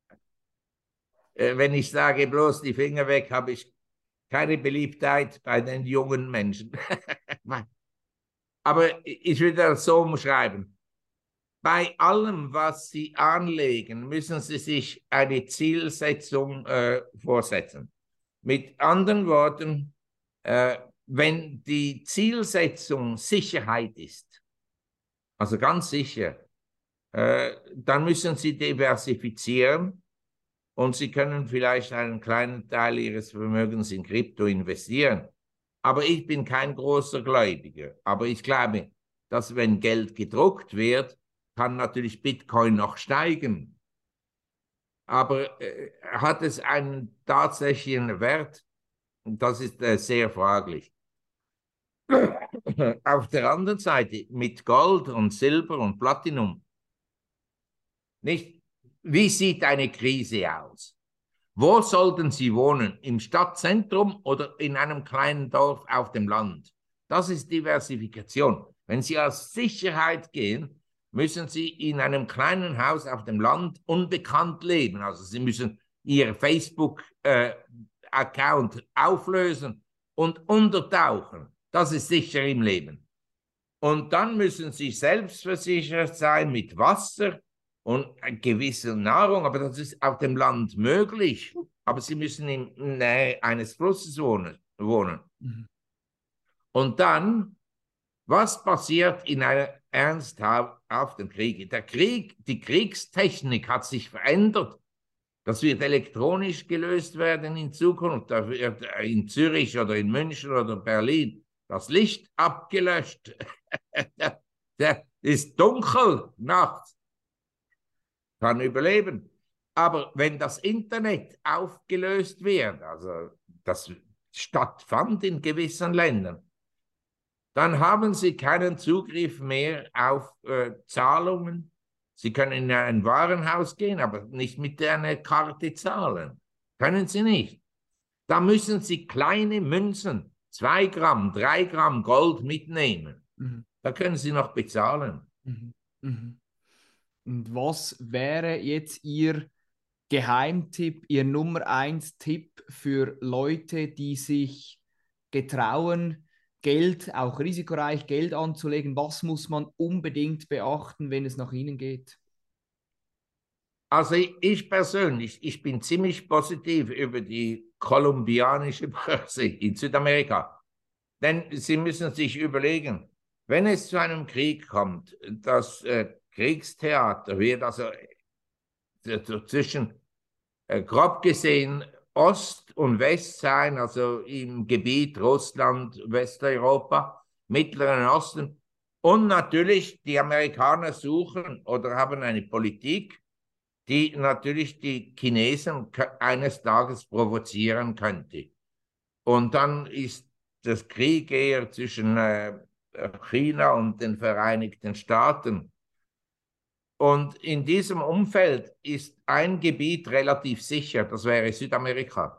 Wenn ich sage, bloß die Finger weg, habe ich keine Beliebtheit bei den jungen Menschen. Aber ich würde das so umschreiben. Bei allem, was Sie anlegen, müssen Sie sich eine Zielsetzung vorsetzen. Mit anderen Worten, wenn die Zielsetzung Sicherheit ist, also ganz sicher, dann müssen Sie diversifizieren und Sie können vielleicht einen kleinen Teil Ihres Vermögens in Krypto investieren. Aber ich bin kein großer Gläubiger. Aber ich glaube, dass wenn Geld gedruckt wird, kann natürlich Bitcoin noch steigen. Aber hat es einen tatsächlichen Wert? Das ist sehr fraglich. Auf der anderen Seite mit Gold und Silber und Platinum, nicht? Wie sieht eine Krise aus? Wo sollten Sie wohnen? Im Stadtzentrum oder in einem kleinen Dorf auf dem Land? Das ist Diversifikation. Wenn Sie als Sicherheit gehen, müssen Sie in einem kleinen Haus auf dem Land unbekannt leben. Also Sie müssen Ihr Facebook-Account auflösen und untertauchen. Das ist sicher im Leben. Und dann müssen Sie selbstversichert sein mit Wasser und eine gewisse Nahrung, aber das ist auf dem Land möglich. Aber Sie müssen in Nähe eines Flusses wohnen. Mhm. Und dann, was passiert in einer ernsthaften Krieg? Die Kriegstechnik hat sich verändert. Das wird elektronisch gelöst werden in Zukunft. Da wird in Zürich oder in München oder Berlin das Licht abgelöscht. Der ist dunkel nachts. Kann überleben. Aber wenn das Internet aufgelöst wird, also das stattfand in gewissen Ländern, dann haben Sie keinen Zugriff mehr auf Zahlungen. Sie können in ein Warenhaus gehen, aber nicht mit einer Karte zahlen. Können Sie nicht. Da müssen Sie kleine Münzen, 2 Gramm, 3 Gramm Gold mitnehmen. Mhm. Da können Sie noch bezahlen. Mhm. Mhm. Und was wäre jetzt Ihr Geheimtipp, Ihr Nummer 1 Tipp für Leute, die sich getrauen, Geld, auch risikoreich Geld anzulegen? Was muss man unbedingt beachten, wenn es nach Ihnen geht? Also ich persönlich, ich bin ziemlich positiv über die kolumbianische Börse in Südamerika. Denn Sie müssen sich überlegen, wenn es zu einem Krieg kommt, das Kriegstheater wird also zwischen, grob gesehen, Ost und West sein, also im Gebiet Russland, Westeuropa, Mittleren Osten. Und natürlich die Amerikaner suchen oder haben eine Politik, die natürlich die Chinesen eines Tages provozieren könnte. Und dann ist das Krieg eher zwischen China und den Vereinigten Staaten. Und in diesem Umfeld ist ein Gebiet relativ sicher, das wäre Südamerika.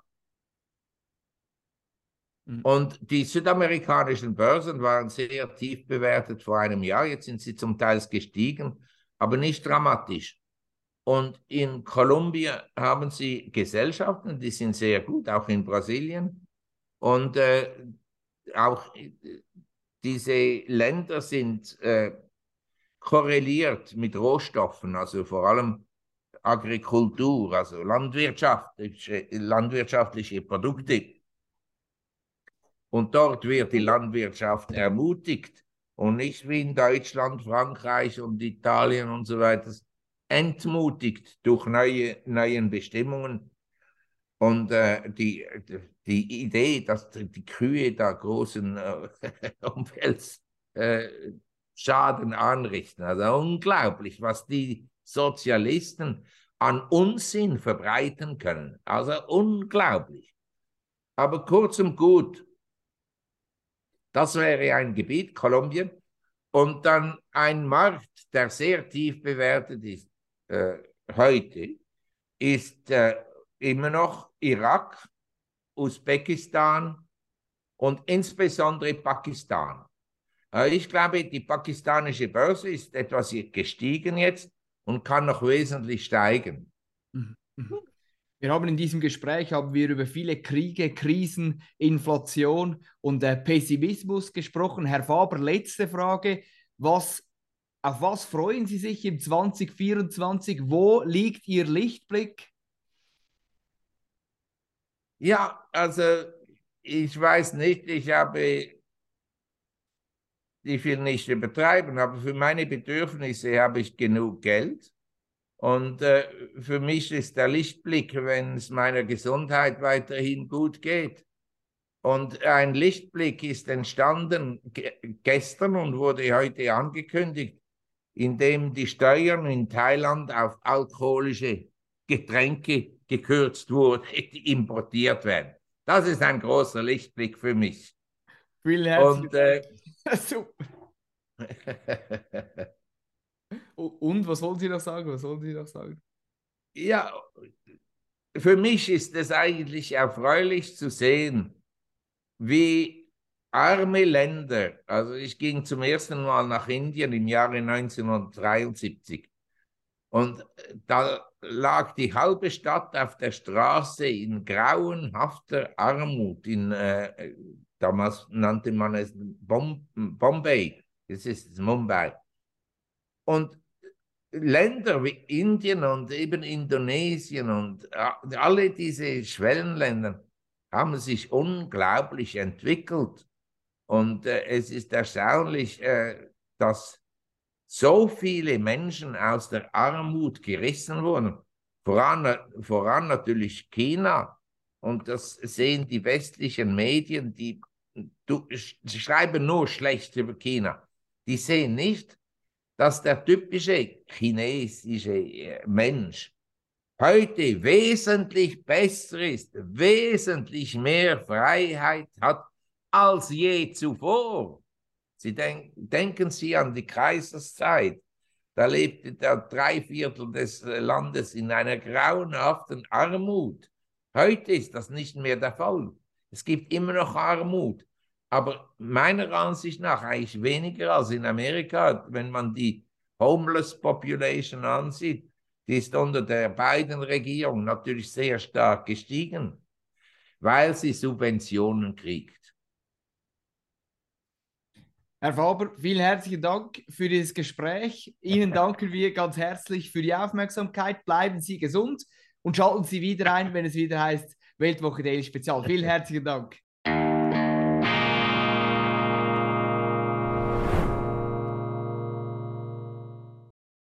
Mhm. Und die südamerikanischen Börsen waren sehr tief bewertet vor einem Jahr. Jetzt sind sie zum Teil gestiegen, aber nicht dramatisch. Und in Kolumbien haben sie Gesellschaften, die sind sehr gut, auch in Brasilien. Und auch diese Länder sind korreliert mit Rohstoffen, also vor allem Agrikultur, also landwirtschaftliche Produkte. Und dort wird die Landwirtschaft ermutigt und nicht wie in Deutschland, Frankreich und Italien und so weiter entmutigt durch neue Bestimmungen. Und die Idee, dass die Kühe da großen Umweltschaden anrichten, also unglaublich, was die Sozialisten an Unsinn verbreiten können. Also unglaublich. Aber kurz und gut, das wäre ein Gebiet, Kolumbien, und dann ein Markt, der sehr tief bewertet ist heute, ist immer noch Irak, Usbekistan und insbesondere Pakistan. Ich glaube, die pakistanische Börse ist etwas gestiegen jetzt und kann noch wesentlich steigen. Wir haben in diesem Gespräch über viele Kriege, Krisen, Inflation und Pessimismus gesprochen. Herr Faber, letzte Frage. Auf was freuen Sie sich im 2024? Wo liegt Ihr Lichtblick? Ja, also ich weiß nicht, ich will nicht übertreiben, aber für meine Bedürfnisse habe ich genug Geld. Und für mich ist der Lichtblick, wenn es meiner Gesundheit weiterhin gut geht. Und ein Lichtblick ist entstanden gestern und wurde heute angekündigt, indem die Steuern in Thailand auf alkoholische Getränke gekürzt wurden, die importiert werden. Das ist ein großer Lichtblick für mich. Vielen herzlichen Dank. Super. Und was wollen Sie noch sagen? Ja, für mich ist es eigentlich erfreulich zu sehen, wie arme Länder, also ich ging zum ersten Mal nach Indien im Jahre 1973 und da lag die halbe Stadt auf der Straße in grauenhafter Armut, damals nannte man es Bombay, das ist Mumbai. Und Länder wie Indien und eben Indonesien und alle diese Schwellenländer haben sich unglaublich entwickelt. Und es ist erstaunlich, dass so viele Menschen aus der Armut gerissen wurden. Voran natürlich China. Und das sehen die westlichen Medien, die schreiben nur schlecht über China. Die sehen nicht, dass der typische chinesische Mensch heute wesentlich besser ist, wesentlich mehr Freiheit hat als je zuvor. Denken Sie an die Kaiserszeit. Da lebte der 3/4 des Landes in einer grauenhaften Armut. Heute ist das nicht mehr der Fall. Es gibt immer noch Armut. Aber meiner Ansicht nach eigentlich weniger als in Amerika. Wenn man die Homeless Population ansieht, die ist unter der Biden-Regierung natürlich sehr stark gestiegen, weil sie Subventionen kriegt. Herr Faber, vielen herzlichen Dank für dieses Gespräch. Ihnen danken wir ganz herzlich für die Aufmerksamkeit. Bleiben Sie gesund und schalten Sie wieder ein, wenn es wieder heißt Weltwoche Daily Spezial. Vielen herzlichen Dank.